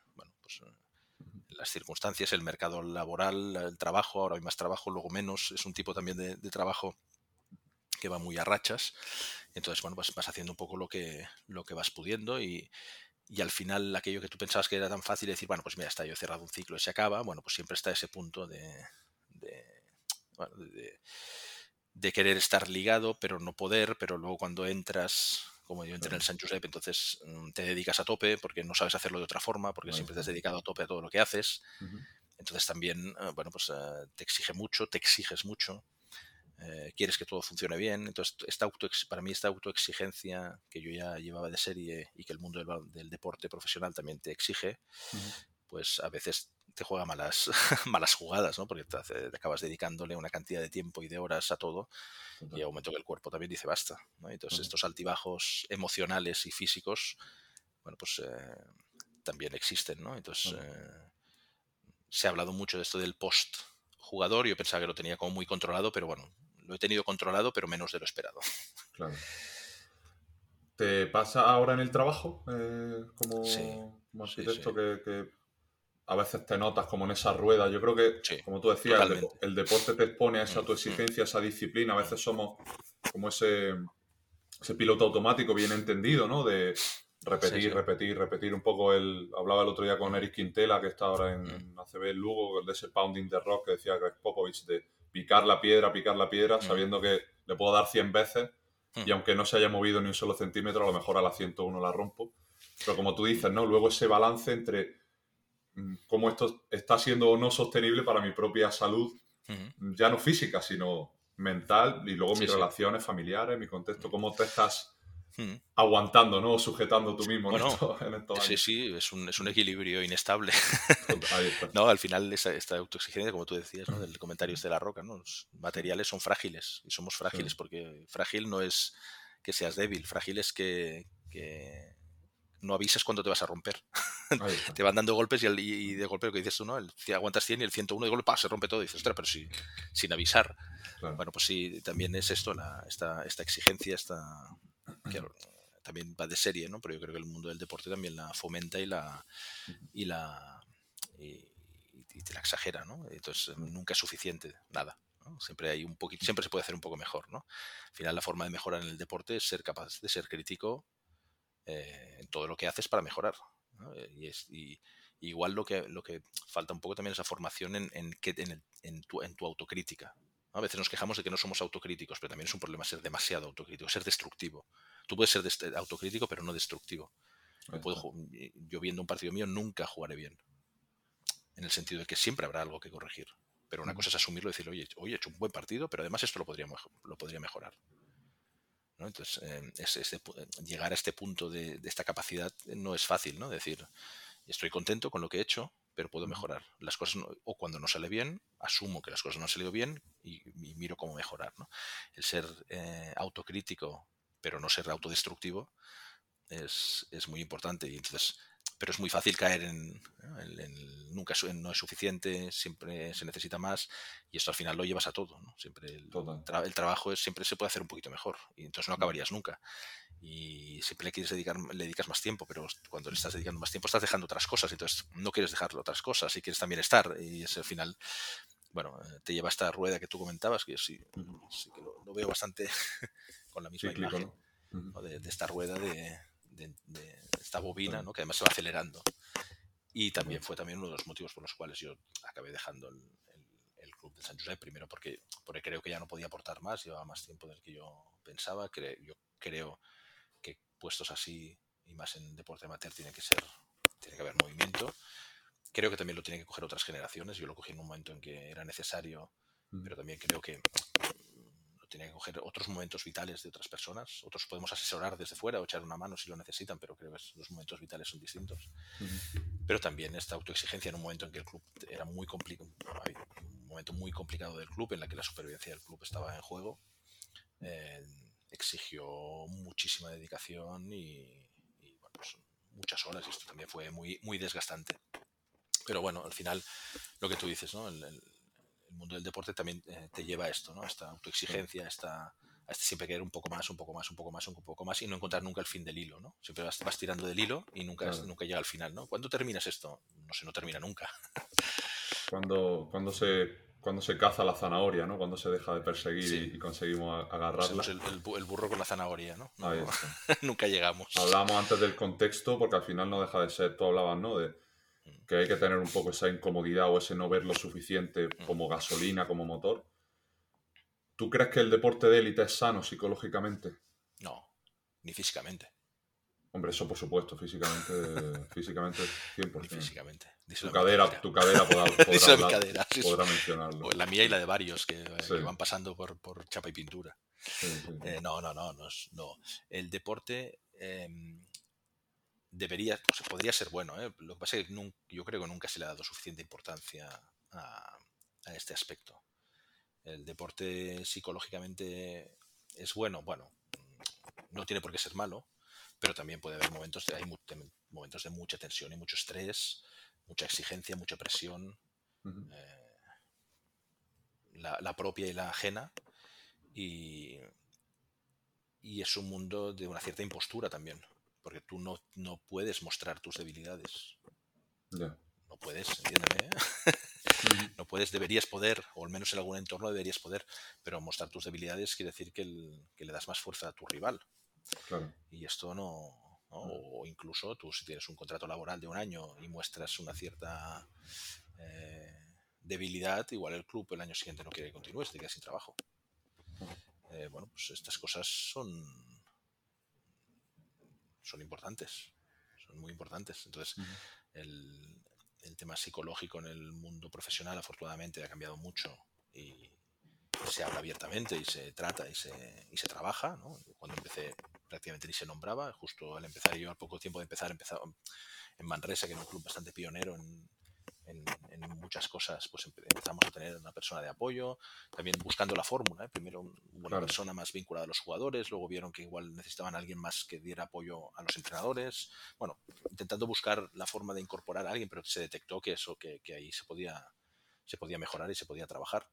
las circunstancias, el mercado laboral, el trabajo, ahora hay más trabajo, luego menos, es un tipo también de trabajo que va muy a rachas. Entonces, bueno, pues vas haciendo un poco lo que vas pudiendo y al final aquello que tú pensabas que era tan fácil de decir, bueno, pues mira, está, yo he cerrado un ciclo y se acaba, bueno, pues siempre está ese punto bueno, de querer estar ligado, pero no poder, pero luego cuando entras, como yo entré en el Sant Josep, entonces te dedicas a tope porque no sabes hacerlo de otra forma, porque siempre te has dedicado a tope a todo lo que haces. Entonces también, bueno, pues te exige mucho, te exiges mucho. Quieres que todo funcione bien. Entonces, para mí esta autoexigencia que yo ya llevaba de serie y que el mundo del deporte profesional también te exige, pues a veces te juega malas jugadas, ¿no? Porque te acabas dedicándole una cantidad de tiempo y de horas a todo y llega un momento que el cuerpo también dice basta, ¿no? Entonces estos altibajos emocionales y físicos, bueno, pues también existen, ¿no? Entonces se ha hablado mucho de esto del post jugador. Yo pensaba que lo tenía como muy controlado, pero bueno, lo he tenido controlado, pero menos de lo esperado. Claro. ¿Te pasa ahora en el trabajo como arquitecto que a veces te notas como en esa rueda? Yo creo que, como tú decías, el deporte te expone a esa autoexigencia, a esa disciplina. A veces somos como ese piloto automático bien entendido, ¿no? De repetir un poco. Hablaba el otro día con Eric Quintela, que está ahora en ACB en Lugo, de ese pounding the rock que decía Greg Popovich, de picar la piedra, sabiendo que le puedo dar 100 veces y aunque no se haya movido ni un solo centímetro, a lo mejor a la 101 la rompo. Pero como tú dices, ¿no? Luego ese balance entre cómo esto está siendo o no sostenible para mi propia salud, ya no física, sino mental, y luego mis relaciones familiares, mi contexto, cómo te estás aguantando, ¿no? O sujetando tú mismo en estos años. Sí, es un equilibrio inestable. No, al final esta autoexigencia, como tú decías, ¿no? Del comentario de la roca, ¿no? Los materiales son frágiles y somos frágiles porque frágil no es que seas débil, frágil es que no avisas cuando te vas a romper. Te van dando golpes y de golpe lo que dices tú, ¿no? Aguantas 100 y el 101 de golpe se rompe todo y dices, ostras, pero sin avisar. Claro. Bueno, pues sí, también es esto, esta exigencia, que también va de serie, ¿no? Pero yo creo que el mundo del deporte también la fomenta y te la exagera, ¿no? Entonces nunca es suficiente, nada. ¿no? Siempre hay siempre se puede hacer un poco mejor, ¿no? Al final la forma de mejorar en el deporte es ser capaz de ser crítico en todo lo que haces para mejorar, ¿no? Y igual lo que falta un poco también es la formación en tu autocrítica. ¿no? A veces nos quejamos de que no somos autocríticos, pero también es un problema ser demasiado autocrítico, ser destructivo. Tú puedes ser autocrítico, pero no destructivo. Yo viendo un partido mío nunca jugaré bien, en el sentido de que siempre habrá algo que corregir. Pero una cosa es asumirlo y decir, oye, he hecho un buen partido, pero además esto lo podría mejorar. ¿no? Entonces, llegar a este punto de esta capacidad no es fácil, ¿no? Decir, estoy contento con lo que he hecho, pero puedo mejorar. Las cosas o cuando no sale bien, asumo que las cosas no han salido bien y miro cómo mejorar, ¿no? El ser autocrítico, pero no ser autodestructivo, es muy importante. Y entonces, pero es muy fácil caer en nunca no es suficiente, siempre se necesita más, y esto al final lo llevas a todo, ¿no? Siempre el trabajo siempre se puede hacer un poquito mejor y entonces no acabarías nunca. Y siempre le dedicas más tiempo, pero cuando le estás dedicando más tiempo estás dejando otras cosas, entonces no quieres dejar otras cosas y quieres también estar, y es al final, bueno, te lleva a esta rueda que tú comentabas, que yo sí que lo veo bastante con la misma imagen, ¿no? de esta rueda de esta bobina, ¿no? Que además se va acelerando. Y también fue también uno de los motivos por los cuales yo acabé dejando el club de Sant Josep, primero porque creo que ya no podía aportar más, llevaba más tiempo del que yo pensaba. Yo creo que puestos así, y más en deporte amateur, tiene que haber movimiento. Creo que también lo tienen que coger otras generaciones. Yo lo cogí en un momento en que era necesario, pero también creo que tiene que coger otros momentos vitales de otras personas. Otros podemos asesorar desde fuera o echar una mano si lo necesitan, pero creo que los momentos vitales son distintos. Pero también esta autoexigencia en un momento en que el club era muy complicado, un momento muy complicado del club, en la que la supervivencia del club estaba en juego, exigió muchísima dedicación y bueno, pues muchas horas, y esto también fue muy, muy desgastante. Pero bueno, al final, lo que tú dices, ¿no? El mundo del deporte también te lleva a esto, ¿no? A esta autoexigencia, a siempre querer un poco más, un poco más, un poco más, un poco más, y no encontrar nunca el fin del hilo, ¿no? Siempre vas tirando del hilo y nunca llega al final, ¿no? ¿Cuándo terminas esto? No sé, no termina nunca. Cuando cuando se caza la zanahoria, ¿no? Cuando se deja de perseguir Sí. y conseguimos agarrarla. Somos el burro con la zanahoria, ¿no? Ahí No, está. nunca llegamos. Hablábamos antes del contexto, porque al final no deja de ser, tú hablabas, ¿no? De que hay que tener un poco esa incomodidad o ese no ver lo suficiente como gasolina, como motor. ¿Tú crees que el deporte de élite es sano psicológicamente? No, ni físicamente. Hombre, eso por supuesto, físicamente 100%. Ni físicamente. Tu Díselo a mi cadera, Díselo a mi cadera. Sí, podrá mencionarlo. o la mía y la de varios que Sí. van pasando por chapa y pintura. Sí. No. El deporte debería, o sea, podría ser bueno, ¿eh? Lo que pasa es que yo creo que nunca se le ha dado suficiente importancia a este aspecto. El deporte psicológicamente es bueno, no tiene por qué ser malo, pero también puede haber momentos momentos de mucha tensión y mucho estrés, mucha exigencia, mucha presión, Ujú. la propia y la ajena, y es un mundo de una cierta impostura también, porque tú no puedes mostrar tus debilidades. Ya. No puedes, entiéndeme, ¿eh? No puedes, deberías poder, o al menos en algún entorno deberías poder, pero mostrar tus debilidades quiere decir que le das más fuerza a tu rival. Claro. Y esto no. O incluso tú, si tienes un contrato laboral de un año y muestras una cierta debilidad, igual el club el año siguiente no quiere que continúes, te quedas sin trabajo. Pues estas cosas son importantes, son muy importantes. Entonces, el tema psicológico en el mundo profesional afortunadamente ha cambiado mucho y se habla abiertamente y se trata y se trabaja, ¿no? Cuando empecé prácticamente ni se nombraba, justo al empezar yo, al poco tiempo de empezar en Manresa, que era un club bastante pionero en muchas cosas, pues empezamos a tener una persona de apoyo, también buscando la fórmula, ¿eh? Primero una persona más vinculada a los jugadores, luego vieron que igual necesitaban a alguien más que diera apoyo a los entrenadores, intentando buscar la forma de incorporar a alguien, pero se detectó que ahí se podía mejorar y se podía trabajar.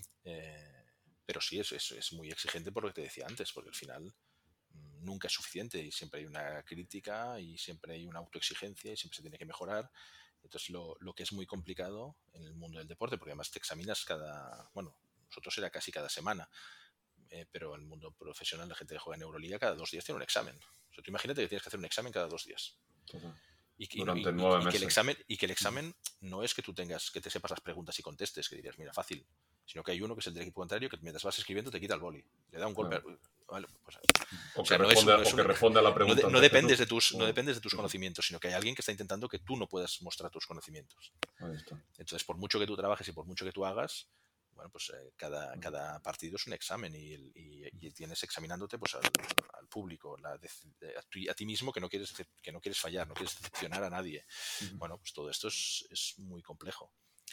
Pero sí, es muy exigente por lo que te decía antes, porque al final nunca es suficiente y siempre hay una crítica y siempre hay una autoexigencia y siempre se tiene que mejorar. Entonces lo que es muy complicado en el mundo del deporte, porque además te examinas nosotros era casi cada semana, pero en el mundo profesional la gente que juega en Euroliga cada 2 días tiene un examen. O sea, tú imagínate que tienes que hacer un examen cada 2 días. Durante 9 meses. Que el examen no es que tú que te sepas las preguntas y contestes, que dirías, mira, fácil, sino que hay uno que es el del equipo contrario que mientras vas escribiendo te quita el boli, le da un golpe. Claro. Vale, pues, que responde a la pregunta. No dependes de tus conocimientos, sino que hay alguien que está intentando que tú no puedas mostrar tus conocimientos. Ahí está. Entonces, por mucho que tú trabajes y por mucho que tú hagas, cada partido es un examen y tienes examinándote pues al público, a ti mismo, que no quieres fallar, no quieres decepcionar a nadie. Pues todo esto es muy complejo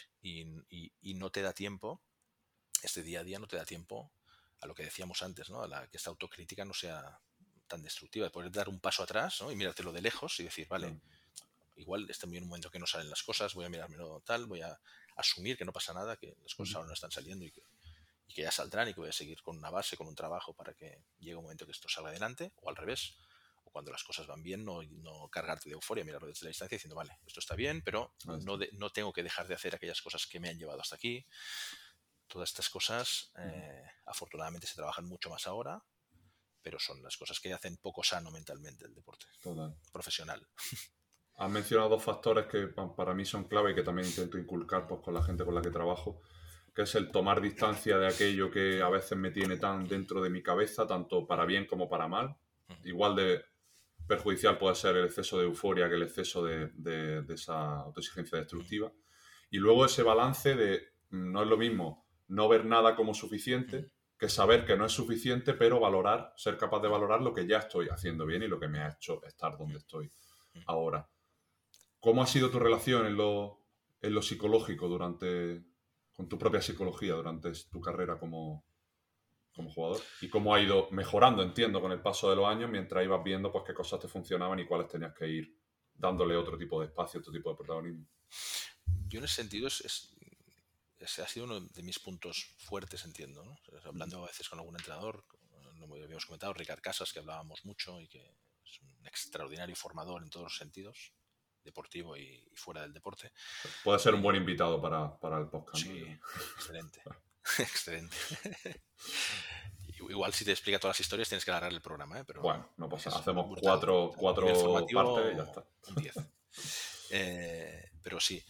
y no te da tiempo, este día a día no te da tiempo a lo que decíamos antes, ¿no? Que esta autocrítica no sea tan destructiva, de poder dar un paso atrás, ¿no? Y mirártelo de lejos y decir, vale, igual estoy en un momento que no salen las cosas, voy a mirármelo tal, voy a asumir que no pasa nada, que las cosas ahora no están saliendo y que ya saldrán y que voy a seguir con una base, con un trabajo para que llegue un momento que esto salga adelante, o al revés, o cuando las cosas van bien, no cargarte de euforia, mirarlo desde la distancia diciendo, vale, esto está bien, pero no tengo que dejar de hacer aquellas cosas que me han llevado hasta aquí. Todas estas cosas afortunadamente se trabajan mucho más ahora, pero son las cosas que hacen poco sano mentalmente el deporte profesional. Has mencionado 2 factores que para mí son clave y que también intento inculcar pues, con la gente con la que trabajo, que es el tomar distancia de aquello que a veces me tiene tan dentro de mi cabeza, tanto para bien como para mal. Igual de perjudicial puede ser el exceso de euforia que el exceso de esa autoexigencia destructiva. Y luego ese balance de no es lo mismo no ver nada como suficiente que saber que no es suficiente, pero ser capaz de valorar lo que ya estoy haciendo bien y lo que me ha hecho estar donde estoy ahora. ¿Cómo ha sido tu relación en lo psicológico con tu propia psicología durante tu carrera como jugador? ¿Y cómo ha ido mejorando, entiendo, con el paso de los años mientras ibas viendo pues, qué cosas te funcionaban y cuáles tenías que ir dándole otro tipo de espacio, otro tipo de protagonismo? Yo en ese sentido ese ha sido uno de mis puntos fuertes, entiendo, ¿no? Hablando a veces con algún entrenador, lo habíamos comentado, Ricard Casas, que hablábamos mucho y que es un extraordinario formador en todos los sentidos, deportivo y fuera del deporte. Puede ser un buen invitado para el podcast. Sí, ¿no? excelente. Excelente. Igual si te explica todas las historias tienes que alargar el programa, ¿eh? Pero bueno, no pasa nada. Hacemos brutal. cuatro Nivel formativo, partes y ya está. un 10. Pero sí,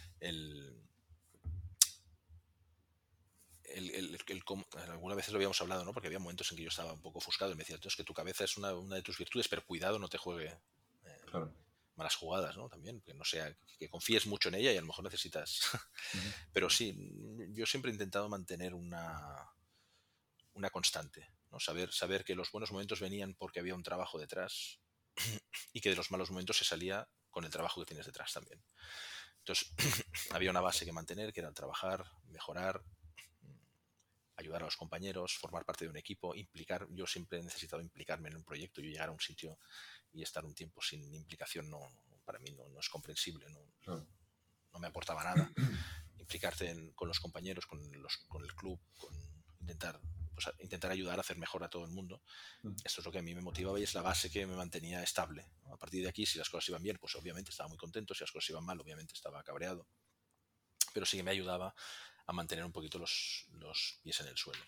algunas veces lo habíamos hablado, ¿no? Porque había momentos en que yo estaba un poco ofuscado y me decía, es que tu cabeza es una de tus virtudes, pero cuidado, no te juegue Claro. malas jugadas, ¿no? También, que no sea, que confíes mucho en ella y a lo mejor necesitas. Pero sí, yo siempre he intentado mantener una constante, ¿no? Saber que los buenos momentos venían porque había un trabajo detrás y que de los malos momentos se salía con el trabajo que tienes detrás también. Entonces, había una base que mantener, que era trabajar, mejorar, ayudar a los compañeros, formar parte de un equipo, implicar. Yo siempre he necesitado implicarme en un proyecto. Yo llegar a un sitio y estar un tiempo sin implicación para mí no es comprensible, no me aportaba nada. Implicarte con los compañeros, con el club, con intentar ayudar a hacer mejor a todo el mundo. Esto es lo que a mí me motivaba y es la base que me mantenía estable, ¿no? A partir de aquí, si las cosas iban bien, pues obviamente estaba muy contento. Si las cosas iban mal, obviamente estaba cabreado. Pero sí que me ayudaba a mantener un poquito los pies en el suelo.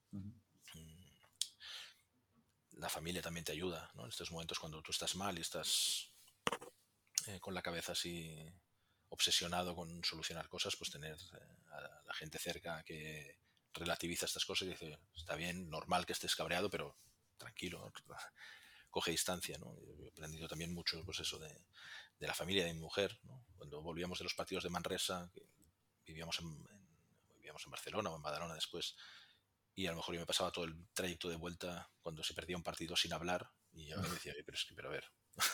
La familia también te ayuda, ¿no? En estos momentos cuando tú estás mal y estás con la cabeza así obsesionado con solucionar cosas, pues tener a la gente cerca que relativiza estas cosas y dice, está bien, normal que estés cabreado, pero tranquilo, coge distancia, ¿no? Yo he aprendido también mucho, pues eso, de la familia de mi mujer, ¿no? Cuando volvíamos de los partidos de Manresa, que vivíamos en Barcelona o en Badalona después, y a lo mejor yo me pasaba todo el trayecto de vuelta cuando se perdía un partido sin hablar, y yo me decía, pero a ver,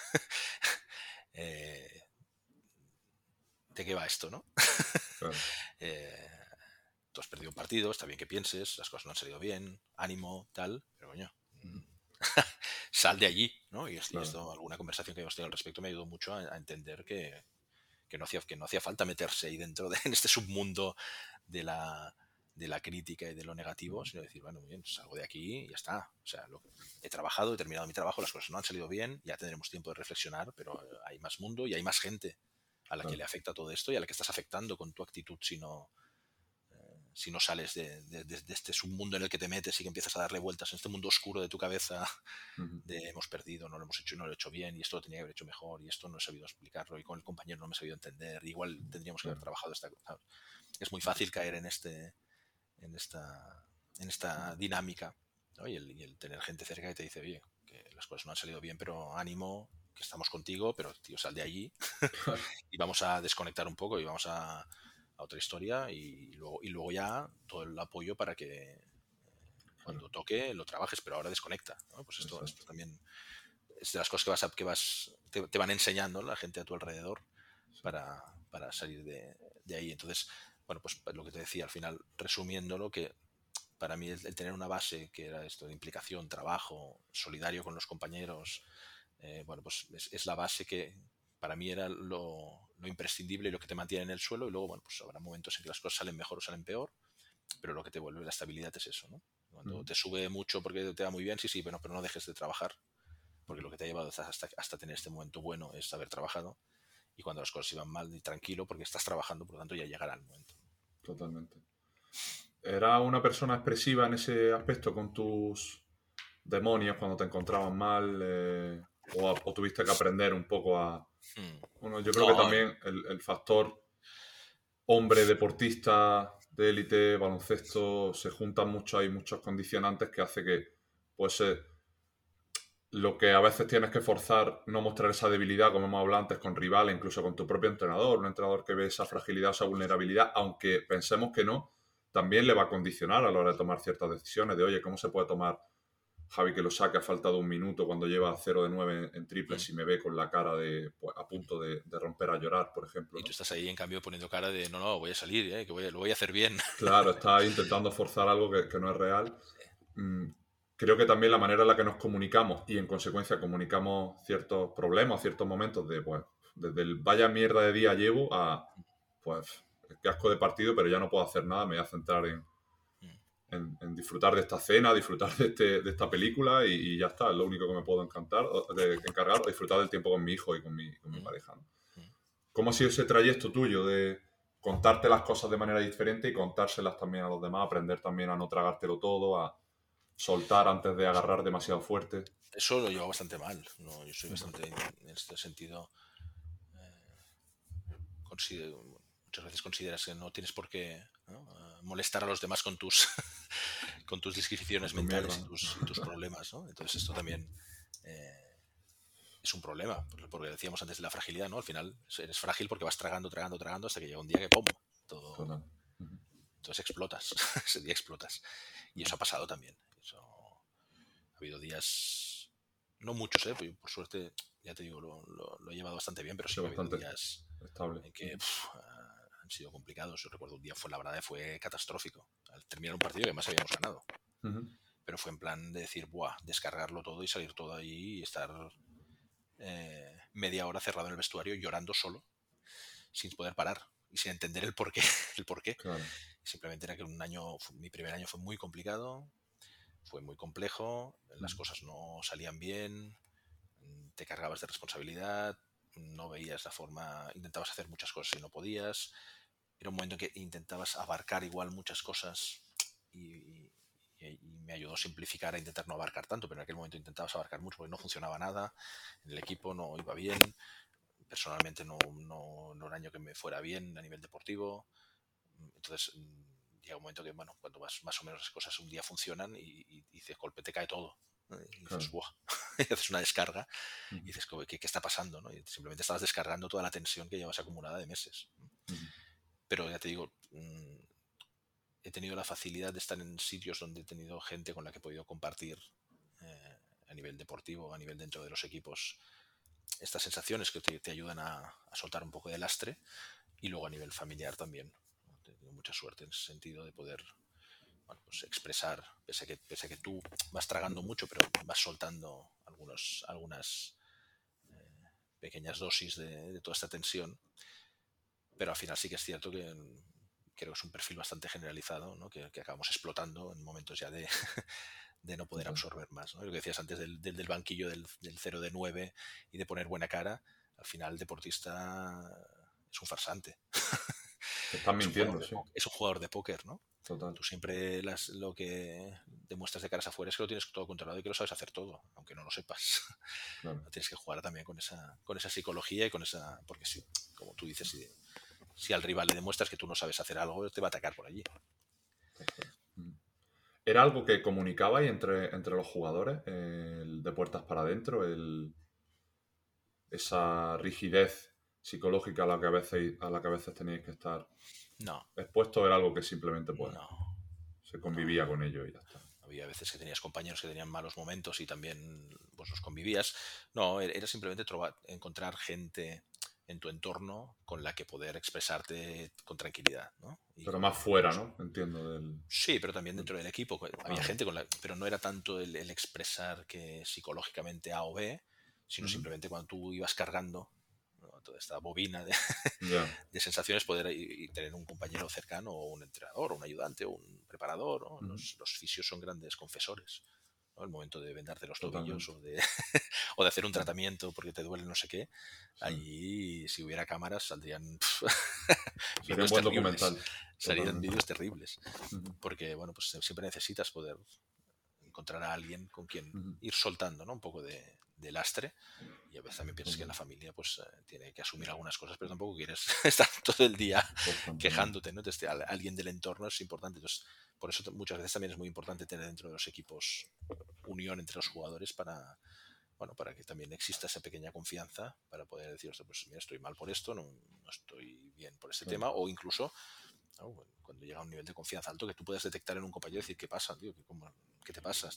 ¿de qué va esto, no? Claro. Tú has perdido un partido, está bien que pienses, las cosas no han salido bien, ánimo, tal, pero coño, sal de allí, ¿no? Y esto, alguna conversación que hemos tenido al respecto me ayudó mucho a entender que no hacía falta meterse ahí dentro en este submundo de la crítica y de lo negativo, sino decir, bueno, muy bien, salgo de aquí y ya está. O sea, he trabajado, he terminado mi trabajo, las cosas no han salido bien, ya tendremos tiempo de reflexionar, pero hay más mundo y hay más gente a la que le afecta todo esto y a la que estás afectando con tu actitud si no sales de este submundo en el que te metes y que empiezas a darle vueltas en este mundo oscuro de tu cabeza de hemos perdido, no lo hemos hecho, no lo he hecho bien y esto lo tenía que haber hecho mejor y esto no he sabido explicarlo y con el compañero no me he sabido entender, igual tendríamos que haber trabajado esta cosa. Es muy fácil caer en esta dinámica, ¿no? y el tener gente cerca que te dice, oye, que las cosas no han salido bien, pero ánimo, que estamos contigo, pero tío, sal de allí y vamos a desconectar un poco y vamos a otra historia y luego ya todo el apoyo para que cuando toque lo trabajes, pero ahora desconecta, ¿no? Pues esto también es de las cosas que te van enseñando la gente a tu alrededor para salir de ahí. Entonces, bueno, pues lo que te decía, al final, resumiéndolo, que para mí el tener una base que era esto de implicación, trabajo, solidario con los compañeros, bueno, pues es la base que para mí era lo imprescindible y lo que te mantiene en el suelo. Y luego, bueno, pues habrá momentos en que las cosas salen mejor o salen peor, pero lo que te vuelve la estabilidad es eso, ¿no? Cuando te sube mucho porque te va muy bien, sí, pero no dejes de trabajar, porque lo que te ha llevado hasta tener este momento bueno es haber trabajado. Y cuando las cosas iban mal, tranquilo, porque estás trabajando, por lo tanto ya llegará el momento. Totalmente. ¿Era una persona expresiva en ese aspecto con tus demonios cuando te encontraban mal? ¿O tuviste que aprender un poco a...? Bueno, yo creo que también el factor hombre deportista de élite, baloncesto, se juntan mucho, hay muchos condicionantes que hace que, pues, lo que a veces tienes que forzar, no mostrar esa debilidad, como hemos hablado antes, con rivales, incluso con tu propio entrenador, un entrenador que ve esa fragilidad, esa vulnerabilidad, aunque pensemos que no, también le va a condicionar a la hora de tomar ciertas decisiones, de, oye, ¿cómo se puede tomar Javi que lo saque a falta de un minuto cuando lleva 0 de 9 en triples y me ve con la cara pues, a punto de romper a llorar, por ejemplo, ¿no? Y tú estás ahí, en cambio, poniendo cara de, no, voy a salir, que lo voy a hacer bien. Claro, estás intentando forzar algo que no es real. Creo que también la manera en la que nos comunicamos y en consecuencia comunicamos ciertos problemas, ciertos momentos de, pues, desde el vaya mierda de día llevo a, pues, qué asco de partido, pero ya no puedo hacer nada, me voy a centrar en disfrutar de esta cena, disfrutar de esta película y ya está, es lo único que me puedo encargar, o disfrutar del tiempo con mi hijo y con mi pareja, ¿no? ¿Cómo ha sido ese trayecto tuyo de contarte las cosas de manera diferente y contárselas también a los demás, aprender también a no tragártelo todo, a soltar antes de agarrar demasiado fuerte? Eso lo llevo bastante mal, ¿no? Yo soy bastante, en este sentido, muchas veces consideras que no tienes por qué, ¿no? Molestar a los demás con tus con tus disquisiciones Con tu mentales mierda, y tus problemas, ¿no? Entonces esto también es un problema, porque decíamos antes de la fragilidad, ¿no? Al final eres frágil porque vas tragando hasta que llega un día que ¡pum! Todo, Total. entonces explotas, ese día explotas. Y eso ha pasado también. Ha habido días, no muchos, porque por suerte, ya te digo, lo he llevado bastante bien, pero sí que ha habido Bastante días estable. en que han sido complicados. Yo recuerdo un día fue, la verdad, fue catastrófico. Al terminar un partido que además habíamos ganado. Pero fue en plan de decir, buah, descargarlo todo y salir todo ahí y estar media hora cerrado en el vestuario llorando solo, sin poder parar y sin entender el porqué. El porqué. Claro. Simplemente era que mi primer año fue muy complicado, fue muy complejo, las cosas no salían bien, te cargabas de responsabilidad, no veías la forma, intentabas hacer muchas cosas y no podías. Era un momento en que intentabas abarcar igual muchas cosas y me ayudó a simplificar, a intentar no abarcar tanto, pero en aquel momento intentabas abarcar mucho porque no funcionaba nada, en el equipo no iba bien, personalmente no era un año que me fuera bien a nivel deportivo. Entonces llega un momento que, bueno, cuando vas más o menos las cosas un día funcionan y dices, golpe, te cae todo. Y dices, ¡buah! Y haces una descarga y dices, ¿qué está pasando? ¿No? Y simplemente estabas descargando toda la tensión que llevas acumulada de meses. Pero ya te digo, he tenido la facilidad de estar en sitios donde he tenido gente con la que he podido compartir a nivel deportivo, a nivel dentro de los equipos, estas sensaciones que te ayudan a soltar un poco de lastre, y luego a nivel familiar también. He tenido mucha suerte en ese sentido de poder, bueno, pues expresar, pese a que tú vas tragando mucho, pero vas soltando algunas pequeñas dosis de toda esta tensión. Pero al final sí que es cierto que creo que es un perfil bastante generalizado, ¿no? que acabamos explotando en momentos ya de no poder absorber más, ¿no? Lo que decías antes del banquillo del 0 de 9 y de poner buena cara, al final el deportista es un farsante. Te están mintiendo, sí. Es un jugador de póker, ¿no? Total. Tú siempre lo que demuestras de caras afuera es que lo tienes todo controlado y que lo sabes hacer todo, aunque no lo sepas. Claro. Tienes que jugar también con esa psicología y con esa... Porque sí, como tú dices, si al rival le demuestras que tú no sabes hacer algo, te va a atacar por allí. ¿Era algo que comunicabais entre los jugadores? El de puertas para adentro, esa rigidez psicológica a la que a veces teníais que estar expuestos, ¿era algo que simplemente se convivía con ello y ya está? Había veces que tenías compañeros que tenían malos momentos y también pues los convivías. No, era simplemente encontrar gente en tu entorno con la que poder expresarte con tranquilidad, ¿no? Pero más fuera, ¿no? Entiendo. Sí, pero también dentro del equipo. Había gente pero no era tanto el expresar que psicológicamente A o B, sino simplemente cuando tú ibas cargando, ¿no? Toda esta bobina de sensaciones, poder y tener un compañero cercano o un entrenador o un ayudante o un preparador, ¿no? Los fisios son grandes confesores, ¿no? El momento de vendarte los tobillos o de hacer un tratamiento porque te duele no sé qué, allí si hubiera cámaras saldrían sería un buen documental. Salían vídeos terribles, porque bueno, pues siempre necesitas poder encontrar a alguien con quien ir soltando, ¿no? Un poco de lastre, y a veces también piensas que la familia pues tiene que asumir algunas cosas, pero tampoco quieres estar todo el día quejándote, ¿no? Entonces alguien del entorno es importante. Entonces, por eso muchas veces también es muy importante tener dentro de los equipos unión entre los jugadores para que también exista esa pequeña confianza para poder decir, pues mira, estoy mal por esto, no estoy bien por este tema, o incluso, ¿no? Cuando llega a un nivel de confianza alto que tú puedes detectar en un compañero y decir, ¿qué pasa, tío? ¿Qué te pasa?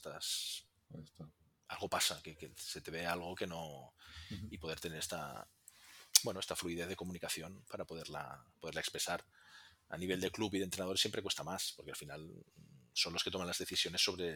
Algo pasa, que se te ve algo que no... Y poder tener esta fluidez de comunicación para poderla expresar. A nivel de club y de entrenador siempre cuesta más, porque al final son los que toman las decisiones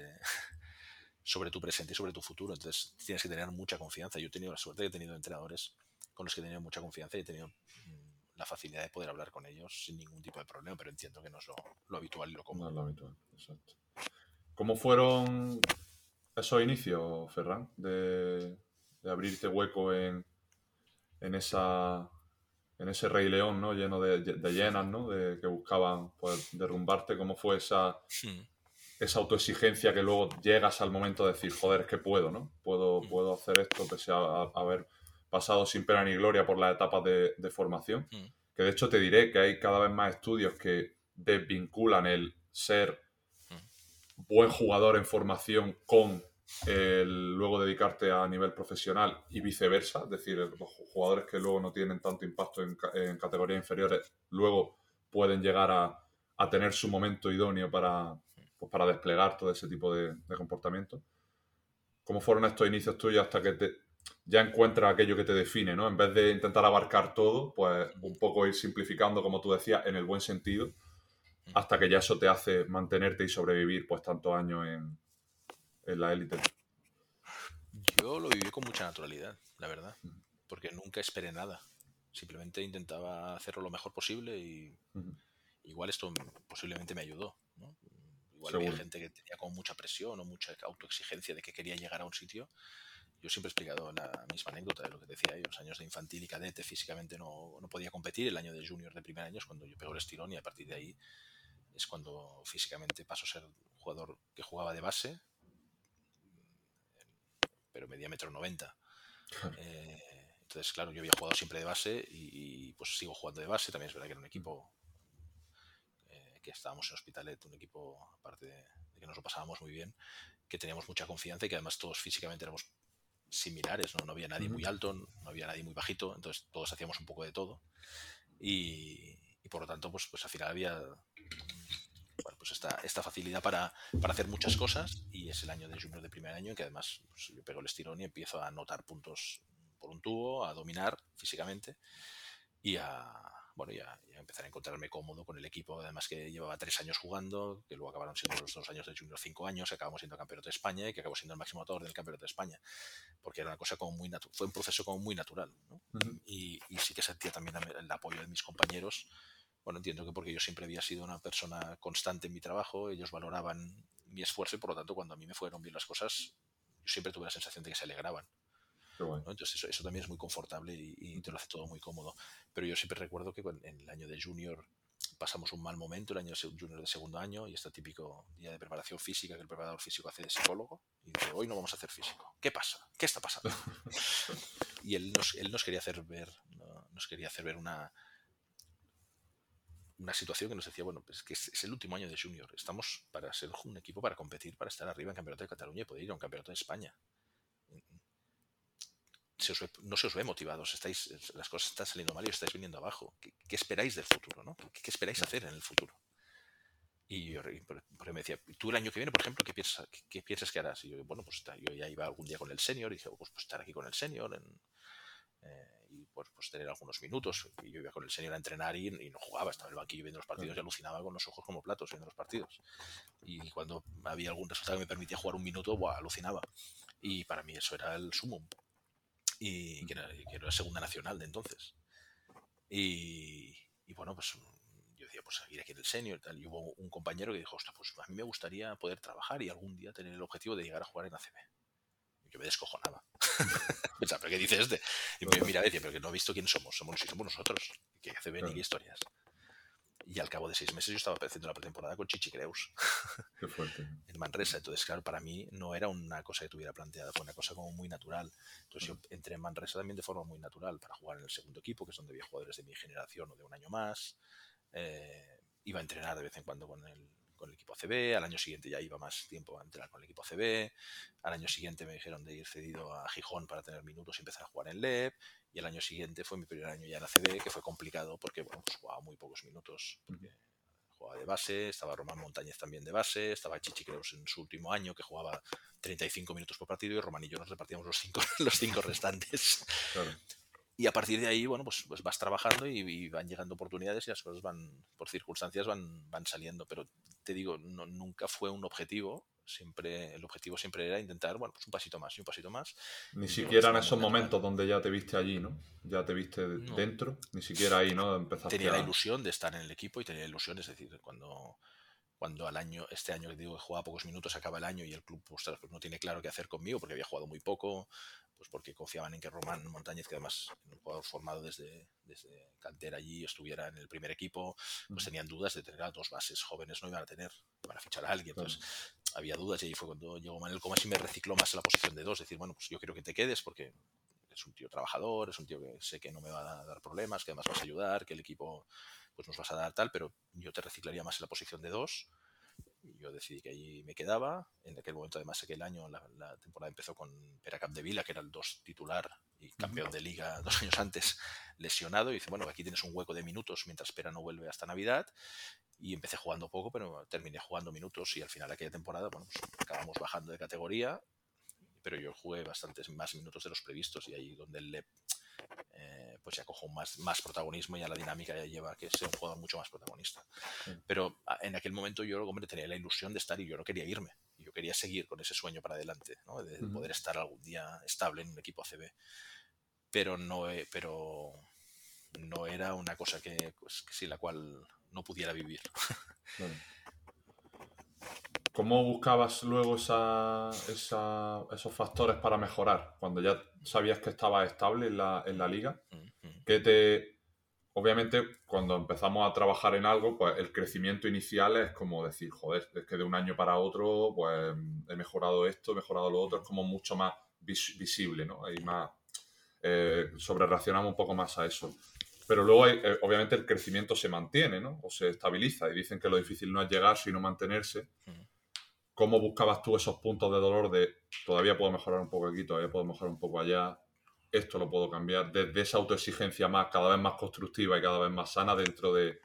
sobre tu presente y sobre tu futuro. Entonces tienes que tener mucha confianza. Yo he tenido la suerte de que he tenido entrenadores con los que he tenido mucha confianza y he tenido la facilidad de poder hablar con ellos sin ningún tipo de problema, pero entiendo que no es lo habitual y lo común. No es lo habitual, exacto. ¿Cómo fueron esos inicios, Ferran, de abrirte hueco en esa en ese Rey León, ¿no? Lleno de hienas, ¿no? Que buscaban pues, derrumbarte. ¿Cómo fue esa autoexigencia que luego llegas al momento de decir, joder, es que puedo, ¿no? Puedo hacer esto pese a haber pasado sin pena ni gloria por las etapas de formación? Que de hecho te diré que hay cada vez más estudios que desvinculan el ser buen jugador en formación con el luego dedicarte a nivel profesional y viceversa. Es decir, los jugadores que luego no tienen tanto impacto en categorías inferiores luego pueden llegar a tener su momento idóneo para desplegar todo ese tipo de comportamiento. ¿Cómo fueron estos inicios tuyos hasta que ya encuentras aquello que te define, ¿no? En vez de intentar abarcar todo, pues un poco ir simplificando, como tú decías, en el buen sentido, hasta que ya eso te hace mantenerte y sobrevivir pues tantos años en la élite? Yo lo viví con mucha naturalidad, la verdad, porque nunca esperé nada. Simplemente intentaba hacerlo lo mejor posible y igual esto posiblemente me ayudó, ¿no? Igual Seguro. había gente que tenía como mucha presión o mucha autoexigencia de que quería llegar a un sitio. Yo siempre he explicado la misma anécdota de lo que decía yo. Los años de infantil y cadete físicamente no podía competir. El año de junior de primer año es cuando yo pego el estirón y a partir de ahí es cuando físicamente paso a ser un jugador que jugaba de base, pero medía 1,90 m. Entonces, claro, yo había jugado siempre de base y pues sigo jugando de base. También es verdad que era un equipo que estábamos en Hospitalet, un equipo, aparte de que nos lo pasábamos muy bien, que teníamos mucha confianza y que además todos físicamente éramos similares, ¿no? No había nadie muy alto, no había nadie muy bajito, entonces todos hacíamos un poco de todo y por lo tanto pues al final había pues esta facilidad para hacer muchas cosas y es el año de junior de primer año en que además pues, yo pego el estirón y empiezo a anotar puntos por un tubo, a dominar físicamente y a empezar a encontrarme cómodo con el equipo, además que llevaba 3 años jugando, que luego acabaron siendo los 2 años de junior 5 años, acabamos siendo campeonato de España y que acabó siendo el máximo anotador del campeonato de España, porque era una cosa como muy natural, fue un proceso como muy natural, ¿no? Y sí que sentía también el apoyo de mis compañeros. Bueno, entiendo que porque yo siempre había sido una persona constante en mi trabajo, ellos valoraban mi esfuerzo y por lo tanto cuando a mí me fueron bien las cosas, yo siempre tuve la sensación de que se alegraban. ¿No? Entonces eso también es muy confortable y te lo hace todo muy cómodo. Pero yo siempre recuerdo que en el año de junior pasamos un mal momento, el año junior de segundo año, y este típico día de preparación física que el preparador físico hace de psicólogo y dice, hoy no vamos a hacer físico. ¿Qué pasa? ¿Qué está pasando? Y él nos quería hacer ver, ¿no? Nos quería hacer ver una situación que nos decía, bueno, pues que es el último año de junior, estamos para ser un equipo para competir, para estar arriba en campeonato de Cataluña y poder ir a un campeonato de España. No se os ve motivados, las cosas están saliendo mal y os estáis viniendo abajo. ¿Qué esperáis del futuro? ¿No? ¿Qué esperáis hacer en el futuro? Y yo me decía, tú el año que viene, por ejemplo, ¿qué piensas que harás? Y yo, bueno, pues yo ya iba algún día con el senior y dije, pues estar aquí con el senior y pues tener algunos minutos. Y yo iba con el senior a entrenar y no jugaba, estaba en el banquillo viendo los partidos y alucinaba con los ojos como platos viendo los partidos. Y cuando había algún resultado que me permitía jugar un minuto, alucinaba. Y para mí eso era el sumum. Y que era segunda nacional de entonces. Y bueno, pues yo decía, pues ir aquí en el senior y tal. Y hubo un compañero que dijo, ostras, pues a mí me gustaría poder trabajar y algún día tener el objetivo de llegar a jugar en ACB. Y yo me descojonaba. Pensaba, ¿pero qué dice este? Y me mira, decía, pero que no he visto quién somos. Somos nosotros. Que ACB ni qué historias. Y al cabo de 6 meses yo estaba haciendo la pretemporada con Chichi Creus. Qué fuerte. En Manresa. Entonces, claro, para mí no era una cosa que tuviera planteada, fue una cosa como muy natural. Entonces yo entré en Manresa también de forma muy natural para jugar en el segundo equipo, que es donde había jugadores de mi generación o de un año más. Iba a entrenar de vez en cuando con el equipo ACB, al año siguiente ya iba más tiempo a entrenar con el equipo ACB, al año siguiente me dijeron de ir cedido a Gijón para tener minutos y empezar a jugar en LEP, y el año siguiente fue mi primer año ya en ACB, que fue complicado porque bueno, pues jugaba muy pocos minutos, porque jugaba de base, estaba Román Montañez también de base, estaba Chichi Creus en su último año que jugaba 35 minutos por partido y Román y yo nos repartíamos los cinco restantes. Claro. Y a partir de ahí, bueno, pues vas trabajando y van llegando oportunidades y las cosas por circunstancias van saliendo. Pero te digo, nunca fue un objetivo. El objetivo siempre era intentar, bueno, pues un pasito más y un pasito más. Ni siquiera en esos momentos donde ya te viste allí, ¿no? Ya te viste dentro, ni siquiera ahí, ¿no? Empezaste tenía la ilusión de estar en el equipo y tenía la ilusión, es decir, cuando este año que digo que jugaba pocos minutos, acaba el año y el club pues no tiene claro qué hacer conmigo porque había jugado muy poco, pues porque confiaban en que Román Montañez, que además un jugador formado desde cantera allí, estuviera en el primer equipo, pues tenían dudas de tener a 2 bases jóvenes, no iban a tener para fichar a alguien. Entonces había dudas, y ahí fue cuando llegó Manuel Comas y me recicló más en la posición de 2, decir, bueno, pues yo quiero que te quedes porque es un tío trabajador, es un tío que sé que no me va a dar problemas, que además vas a ayudar, que el equipo pues nos vas a dar tal, pero yo te reciclaría más en la posición de 2. Y yo decidí que allí me quedaba. En aquel momento, además, aquel año la temporada empezó con Pere Capdevila, que era el 2 titular y campeón de liga 2 años antes, lesionado. Y dice, bueno, aquí tienes un hueco de minutos mientras Pere no vuelve hasta Navidad. Y empecé jugando poco, pero terminé jugando minutos, y al final de aquella temporada, bueno, pues acabamos bajando de categoría, pero yo jugué bastantes más minutos de los previstos, y ahí donde el LEP pues ya cojo más protagonismo, y ya la dinámica ya lleva a que sea un jugador mucho más protagonista. Pero en aquel momento yo, hombre, tenía la ilusión de estar, y yo no quería irme. Yo quería seguir con ese sueño para adelante, ¿no? De poder estar algún día estable en un equipo ACB. Pero no era una cosa que sin la cual no pudiera vivir. Claro. ¿Cómo buscabas luego esos factores para mejorar? Cuando ya sabías que estabas estable en la liga, obviamente, cuando empezamos a trabajar en algo, pues el crecimiento inicial es como decir, joder, es que de un año para otro, pues he mejorado esto, he mejorado lo otro, es como mucho más visible, ¿no? Hay más, sobrereaccionamos un poco más a eso. Pero luego, obviamente, el crecimiento se mantiene, ¿no? O se estabiliza, y dicen que lo difícil no es llegar, sino mantenerse. ¿Cómo buscabas tú esos puntos de dolor de todavía puedo mejorar un poco aquí, todavía puedo mejorar un poco allá, esto lo puedo cambiar, desde esa autoexigencia cada vez más constructiva y cada vez más sana dentro de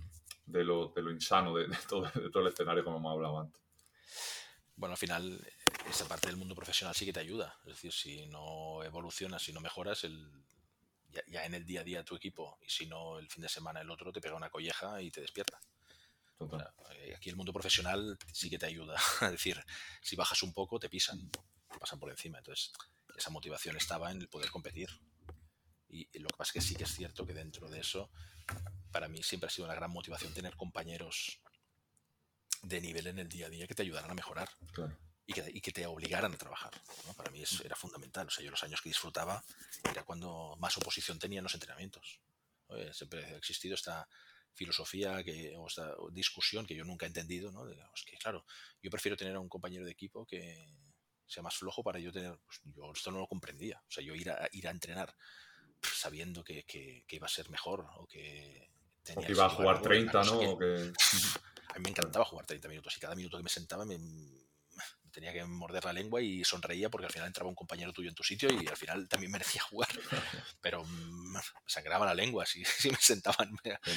lo insano de todo el escenario, como hemos hablado antes? Bueno, al final, esa parte del mundo profesional sí que te ayuda. Es decir, si no evolucionas, si no mejoras, ya en el día a día tu equipo, y si no el fin de semana el otro, te pega una colleja y te despierta. O sea, aquí el mundo profesional sí que te ayuda. Es decir, si bajas un poco, te pisan, te pasan por encima. Entonces, esa motivación estaba en el poder competir. Y lo que pasa es que sí que es cierto que dentro de eso, para mí siempre ha sido una gran motivación tener compañeros de nivel en el día a día que te ayudaran a mejorar. Claro. Y que te obligaran a trabajar, ¿no? Para mí eso era fundamental. O sea, yo los años que disfrutaba era cuando más oposición tenía en los entrenamientos. Siempre ha existido esta filosofía o esta discusión que yo nunca he entendido, ¿no? Es que, claro, yo prefiero tener a un compañero de equipo que sea más flojo para yo tener... Pues, yo esto no lo comprendía. O sea, yo ir a entrenar sabiendo que iba a ser mejor, o que iba a jugar 30, ¿no? A mí me encantaba jugar 30 minutos, y cada minuto que me sentaba me tenía que morder la lengua y sonreía, porque al final entraba un compañero tuyo en tu sitio y al final también merecía jugar. Pero me sangraba la lengua si me sentaban.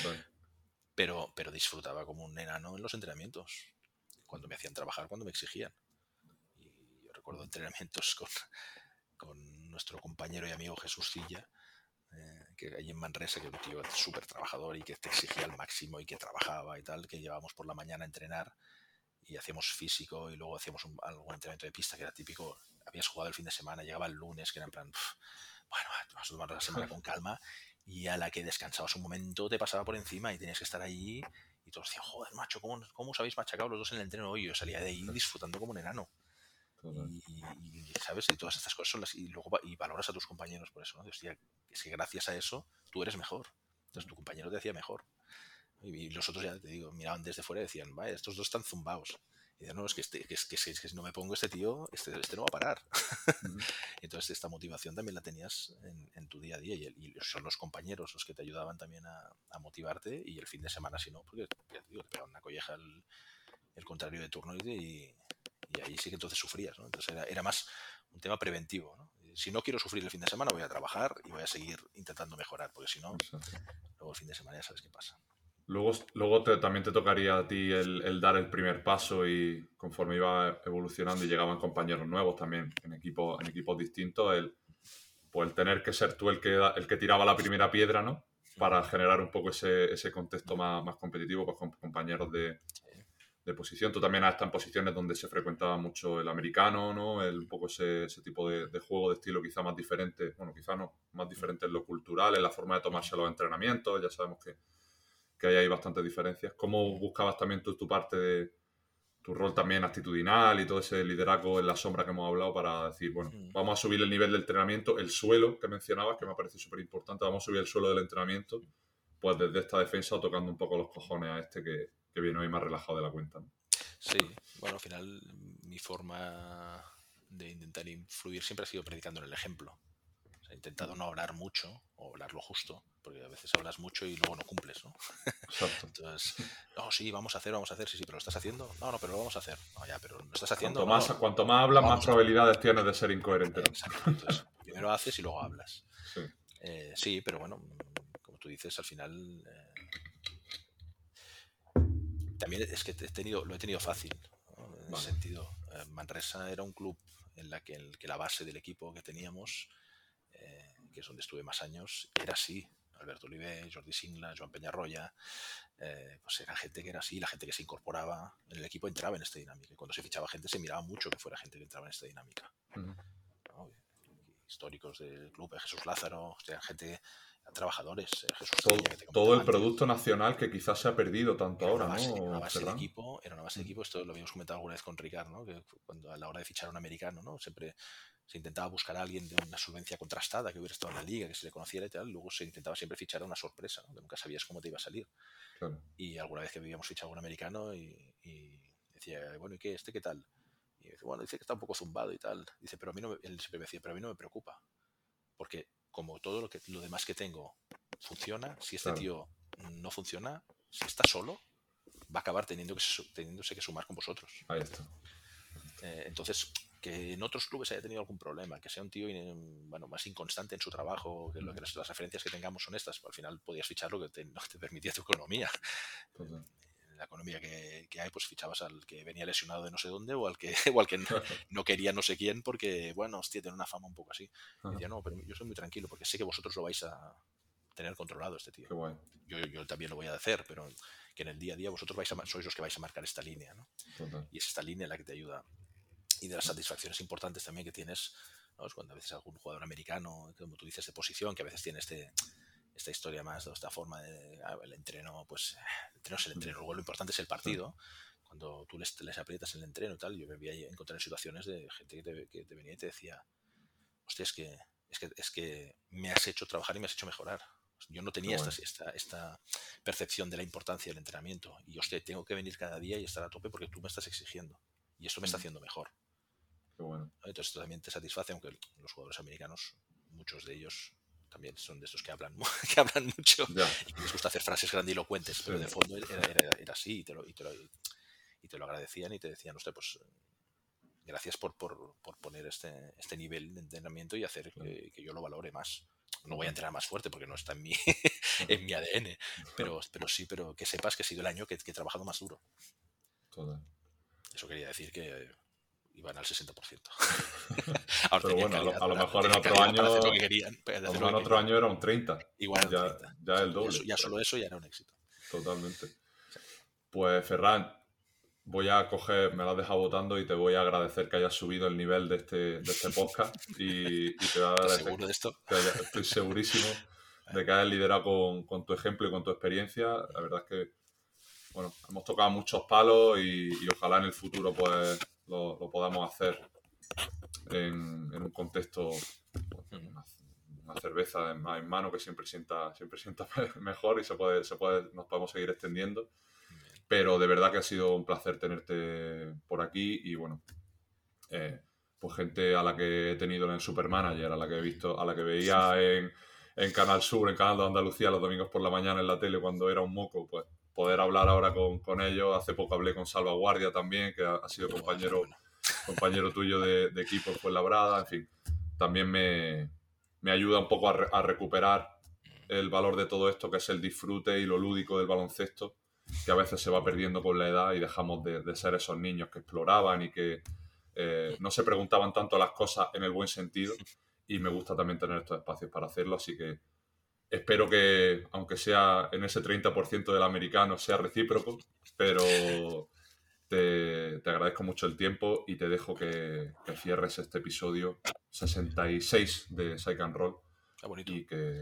Pero disfrutaba como un enano en los entrenamientos, cuando me hacían trabajar, cuando me exigían. Y yo recuerdo entrenamientos con nuestro compañero y amigo Jesús Cilla, que allí en Manresa, que era un tío súper trabajador y que te exigía al máximo y que trabajaba y tal, que llevábamos por la mañana a entrenar y hacíamos físico, y luego hacíamos algún entrenamiento de pista que era típico. Habías jugado el fin de semana, llegaba el lunes, que era en plan, bueno, vamos a tomar la semana con calma, y a la que descansabas un momento te pasaba por encima y tenías que estar ahí, y todos decían, joder, macho, ¿cómo os habéis machacado los dos en el entreno hoy? Yo salía de ahí disfrutando como un enano. Y ¿sabes? Y todas estas cosas son y luego valoras a tus compañeros por eso, ¿no? Hostia, es que gracias a eso tú eres mejor. Entonces tu compañero te hacía mejor. Y los otros, ya te digo, miraban desde fuera y decían, vaya, estos dos están zumbaos. Y decían, no, es que si no me pongo este tío, este no va a parar. Entonces esta motivación también la tenías en tu día a día, y son los compañeros los que te ayudaban también a motivarte, y el fin de semana si no, porque ya te digo, te pegaban una colleja el contrario de turno, y ahí sí que entonces sufrías, ¿no? Entonces era más un tema preventivo, ¿no? Si no quiero sufrir el fin de semana, voy a trabajar y voy a seguir intentando mejorar, porque si no, luego el fin de semana ya sabes qué pasa. Luego también te tocaría a ti el dar el primer paso, y conforme iba evolucionando y llegaban compañeros nuevos también en equipos distintos, el tener que ser tú el que tiraba la primera piedra, ¿no? Para generar un poco ese contexto más competitivo, pues con compañeros de posición. Tú también has estado en posiciones donde se frecuentaba mucho el americano, ¿no? Un poco ese tipo de juego de estilo quizá más diferente, bueno, quizá no, más diferente en lo cultural, en la forma de tomarse los entrenamientos. Ya sabemos que hay ahí bastantes diferencias. ¿Cómo buscabas también tú tu parte tu rol también actitudinal y todo ese liderazgo en la sombra que hemos hablado para decir, bueno, vamos a subir el nivel del entrenamiento, el suelo que mencionabas, que me parece súper importante, vamos a subir el suelo del entrenamiento, pues desde esta defensa o tocando un poco los cojones a este que viene hoy más relajado de la cuenta, ¿no? Sí, bueno, al final mi forma de intentar influir siempre ha sido predicando en el ejemplo. O sea, he intentado no hablar mucho o hablar lo justo, porque a veces hablas mucho y luego no cumples, ¿no? Exacto. Entonces, no, sí, vamos a hacer, sí, pero ¿lo estás haciendo? No, pero lo vamos a hacer. No, ya, pero ¿lo estás haciendo? Cuanto más hablas, más probabilidades tienes de ser incoherente, ¿no? Exacto. Entonces, primero haces y luego hablas. Sí. Sí, pero bueno, como tú dices, al final también es que lo he tenido fácil, ¿no? En ese sentido. Manresa era un club en la que la base del equipo que teníamos, que es donde estuve más años, era así. Alberto Oliver, Jordi Singla, Joan Peñarroya, pues era gente que era así, la gente que se incorporaba en el equipo entraba en esta dinámica. Y cuando se fichaba gente se miraba mucho que fuera gente que entraba en esta dinámica. ¿No? Históricos del club, Jesús Lázaro, o sea, gente, trabajadores, Jesús Peña, todo el producto nacional que quizás se ha perdido tanto ahora, ¿no? Era una base de equipo, esto lo habíamos comentado alguna vez con Ricard, ¿no? Que cuando a la hora de fichar a un americano, ¿no? Siempre se intentaba buscar a alguien de una solvencia contrastada, que hubiera estado en la liga, que se le conociera y tal, luego se intentaba siempre fichar a una sorpresa, ¿no? Que nunca sabías cómo te iba a salir. Claro. Y alguna vez que habíamos fichado a un americano y decía, bueno, ¿y qué? ¿Qué tal? Y dice, bueno, dice que está un poco zumbado y tal. Dice, pero a mí él siempre me decía, pero a mí no me preocupa. Porque como todo lo demás que tengo funciona, si este tío no funciona, si está solo, va a acabar teniéndose que sumar con vosotros. Ahí está. Entonces, que en otros clubes haya tenido algún problema, que sea un tío más inconstante en su trabajo, que las referencias que tengamos son estas, pues al final podías fichar lo que te permitía tu economía. La economía que hay, pues fichabas al que venía lesionado de no sé dónde o al que no quería no sé quién porque, bueno, hostia, tiene una fama un poco así. Y decía, no, pero yo soy muy tranquilo porque sé que vosotros lo vais a tener controlado, este tío. Qué guay. Yo también lo voy a hacer, pero que en el día a día vosotros sois los que vais a marcar esta línea, ¿no? Y es esta línea la que te ayuda. Y de las satisfacciones importantes también que tienes, ¿no? Es cuando a veces algún jugador americano, como tú dices, de posición, que a veces tiene esta historia más, de esta forma de el entreno, pues el entreno es el entreno, luego lo importante es el partido. Cuando tú les aprietas en el entreno y tal, yo me voy a encontrar situaciones de gente que te venía y te decía, hostia, es que me has hecho trabajar y me has hecho mejorar. Yo no tenía esta percepción de la importancia del entrenamiento y hostia, tengo que venir cada día y estar a tope porque tú me estás exigiendo y esto me está haciendo mejor. Qué bueno. Entonces esto también te satisface, aunque los jugadores americanos, muchos de ellos también son de estos que hablan mucho y que les gusta hacer frases grandilocuentes, pero de fondo era así y te lo agradecían y te decían, hostia, pues gracias por poner este nivel de entrenamiento y hacer que yo lo valore más. No voy a entrenar más fuerte porque no está en mi ADN, pero que sepas que ha sido el año que he trabajado más duro. Total. Eso quería decir que iban al 60%. Pero bueno, a lo mejor en otro año en otro año era un 30%. Igual ya el doble. Ya solo eso ya era un éxito. Totalmente. Pues Ferran, me lo has dejado votando y te voy a agradecer que hayas subido el nivel de este podcast y te voy a agradecer. ¿Seguro de esto? Estoy segurísimo de que hayas liderado con tu ejemplo y con tu experiencia. La verdad es que, bueno, hemos tocado muchos palos y ojalá en el futuro pues lo podamos hacer en un contexto, pues, una cerveza en mano que siempre sienta mejor y nos podemos seguir extendiendo. Pero de verdad que ha sido un placer tenerte por aquí y bueno, pues gente a la que he tenido en el Supermanager, a la que he visto, a la que veía en Canal Sur, en Canal de Andalucía los domingos por la mañana en la tele cuando era un moco, pues poder hablar ahora con ellos. Hace poco hablé con Salvaguardia también, que ha sido compañero tuyo de equipo en Fuenlabrada. En fin, también me ayuda un poco a recuperar el valor de todo esto, que es el disfrute y lo lúdico del baloncesto, que a veces se va perdiendo con la edad y dejamos de ser esos niños que exploraban y que no se preguntaban tanto las cosas en el buen sentido, y me gusta también tener estos espacios para hacerlo, así que espero que, aunque sea en ese 30% del americano, sea recíproco, pero te agradezco mucho el tiempo y te dejo que cierres este episodio 66 de Psych and Roll y que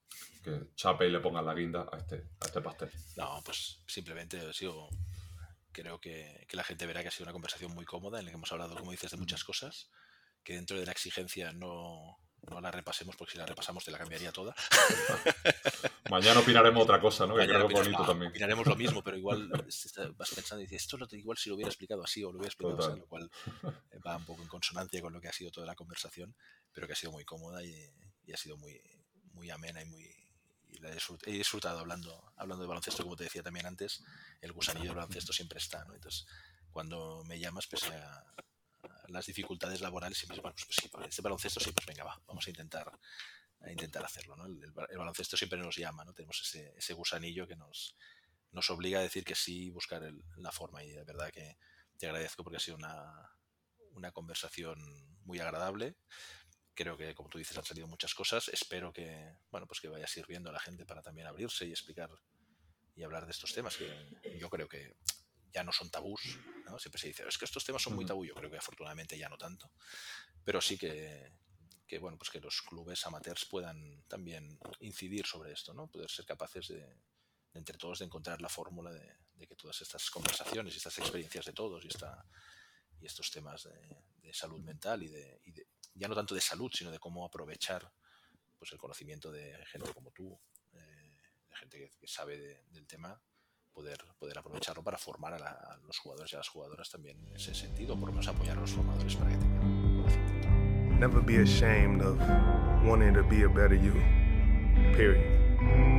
chape y le pongas la guinda a este pastel. No, pues simplemente ha sido creo que la gente verá que ha sido una conversación muy cómoda en la que hemos hablado, como dices, de muchas cosas, que dentro de la exigencia no la repasemos, porque si la repasamos te la cambiaría toda. Mañana opinaremos otra cosa, ¿no? Que creo que es bonito también. Opinaremos lo mismo, pero igual vas pensando y dices, esto igual si lo hubiera explicado así o lo hubiera explicado así, lo cual va un poco en consonancia con lo que ha sido toda la conversación, pero que ha sido muy cómoda y ha sido muy, muy amena y he disfrutado hablando de baloncesto, como te decía también antes. El gusanillo del baloncesto siempre está, ¿no? Entonces, cuando me llamas, pese a las dificultades laborales, siempre, bueno, pues sí, este baloncesto sí, pues venga, vamos a intentar hacerlo, ¿no? El baloncesto siempre nos llama, ¿no? Tenemos ese gusanillo que nos obliga a decir que sí y buscar la forma, y de verdad que te agradezco porque ha sido una conversación muy agradable. Creo que, como tú dices, han salido muchas cosas. Espero que, bueno, pues que vaya sirviendo a la gente para también abrirse y explicar y hablar de estos temas que yo creo que ya no son tabús, ¿no? Siempre se dice, es que estos temas son muy tabú. Yo creo que afortunadamente ya no tanto, pero sí que bueno, pues que los clubes amateurs puedan también incidir sobre esto, ¿no? Poder ser capaces de entre todos de encontrar la fórmula de que todas estas conversaciones y estas experiencias de todos y estos temas de salud mental y de ya no tanto de salud, sino de cómo aprovechar pues el conocimiento de gente como tú, de gente que sabe del tema, poder aprovecharlo para formar a los jugadores y a las jugadoras también en ese sentido, por lo menos apoyar a los formadores para que tengan conocimiento. Never be ashamed of wanting to be a better you. Period.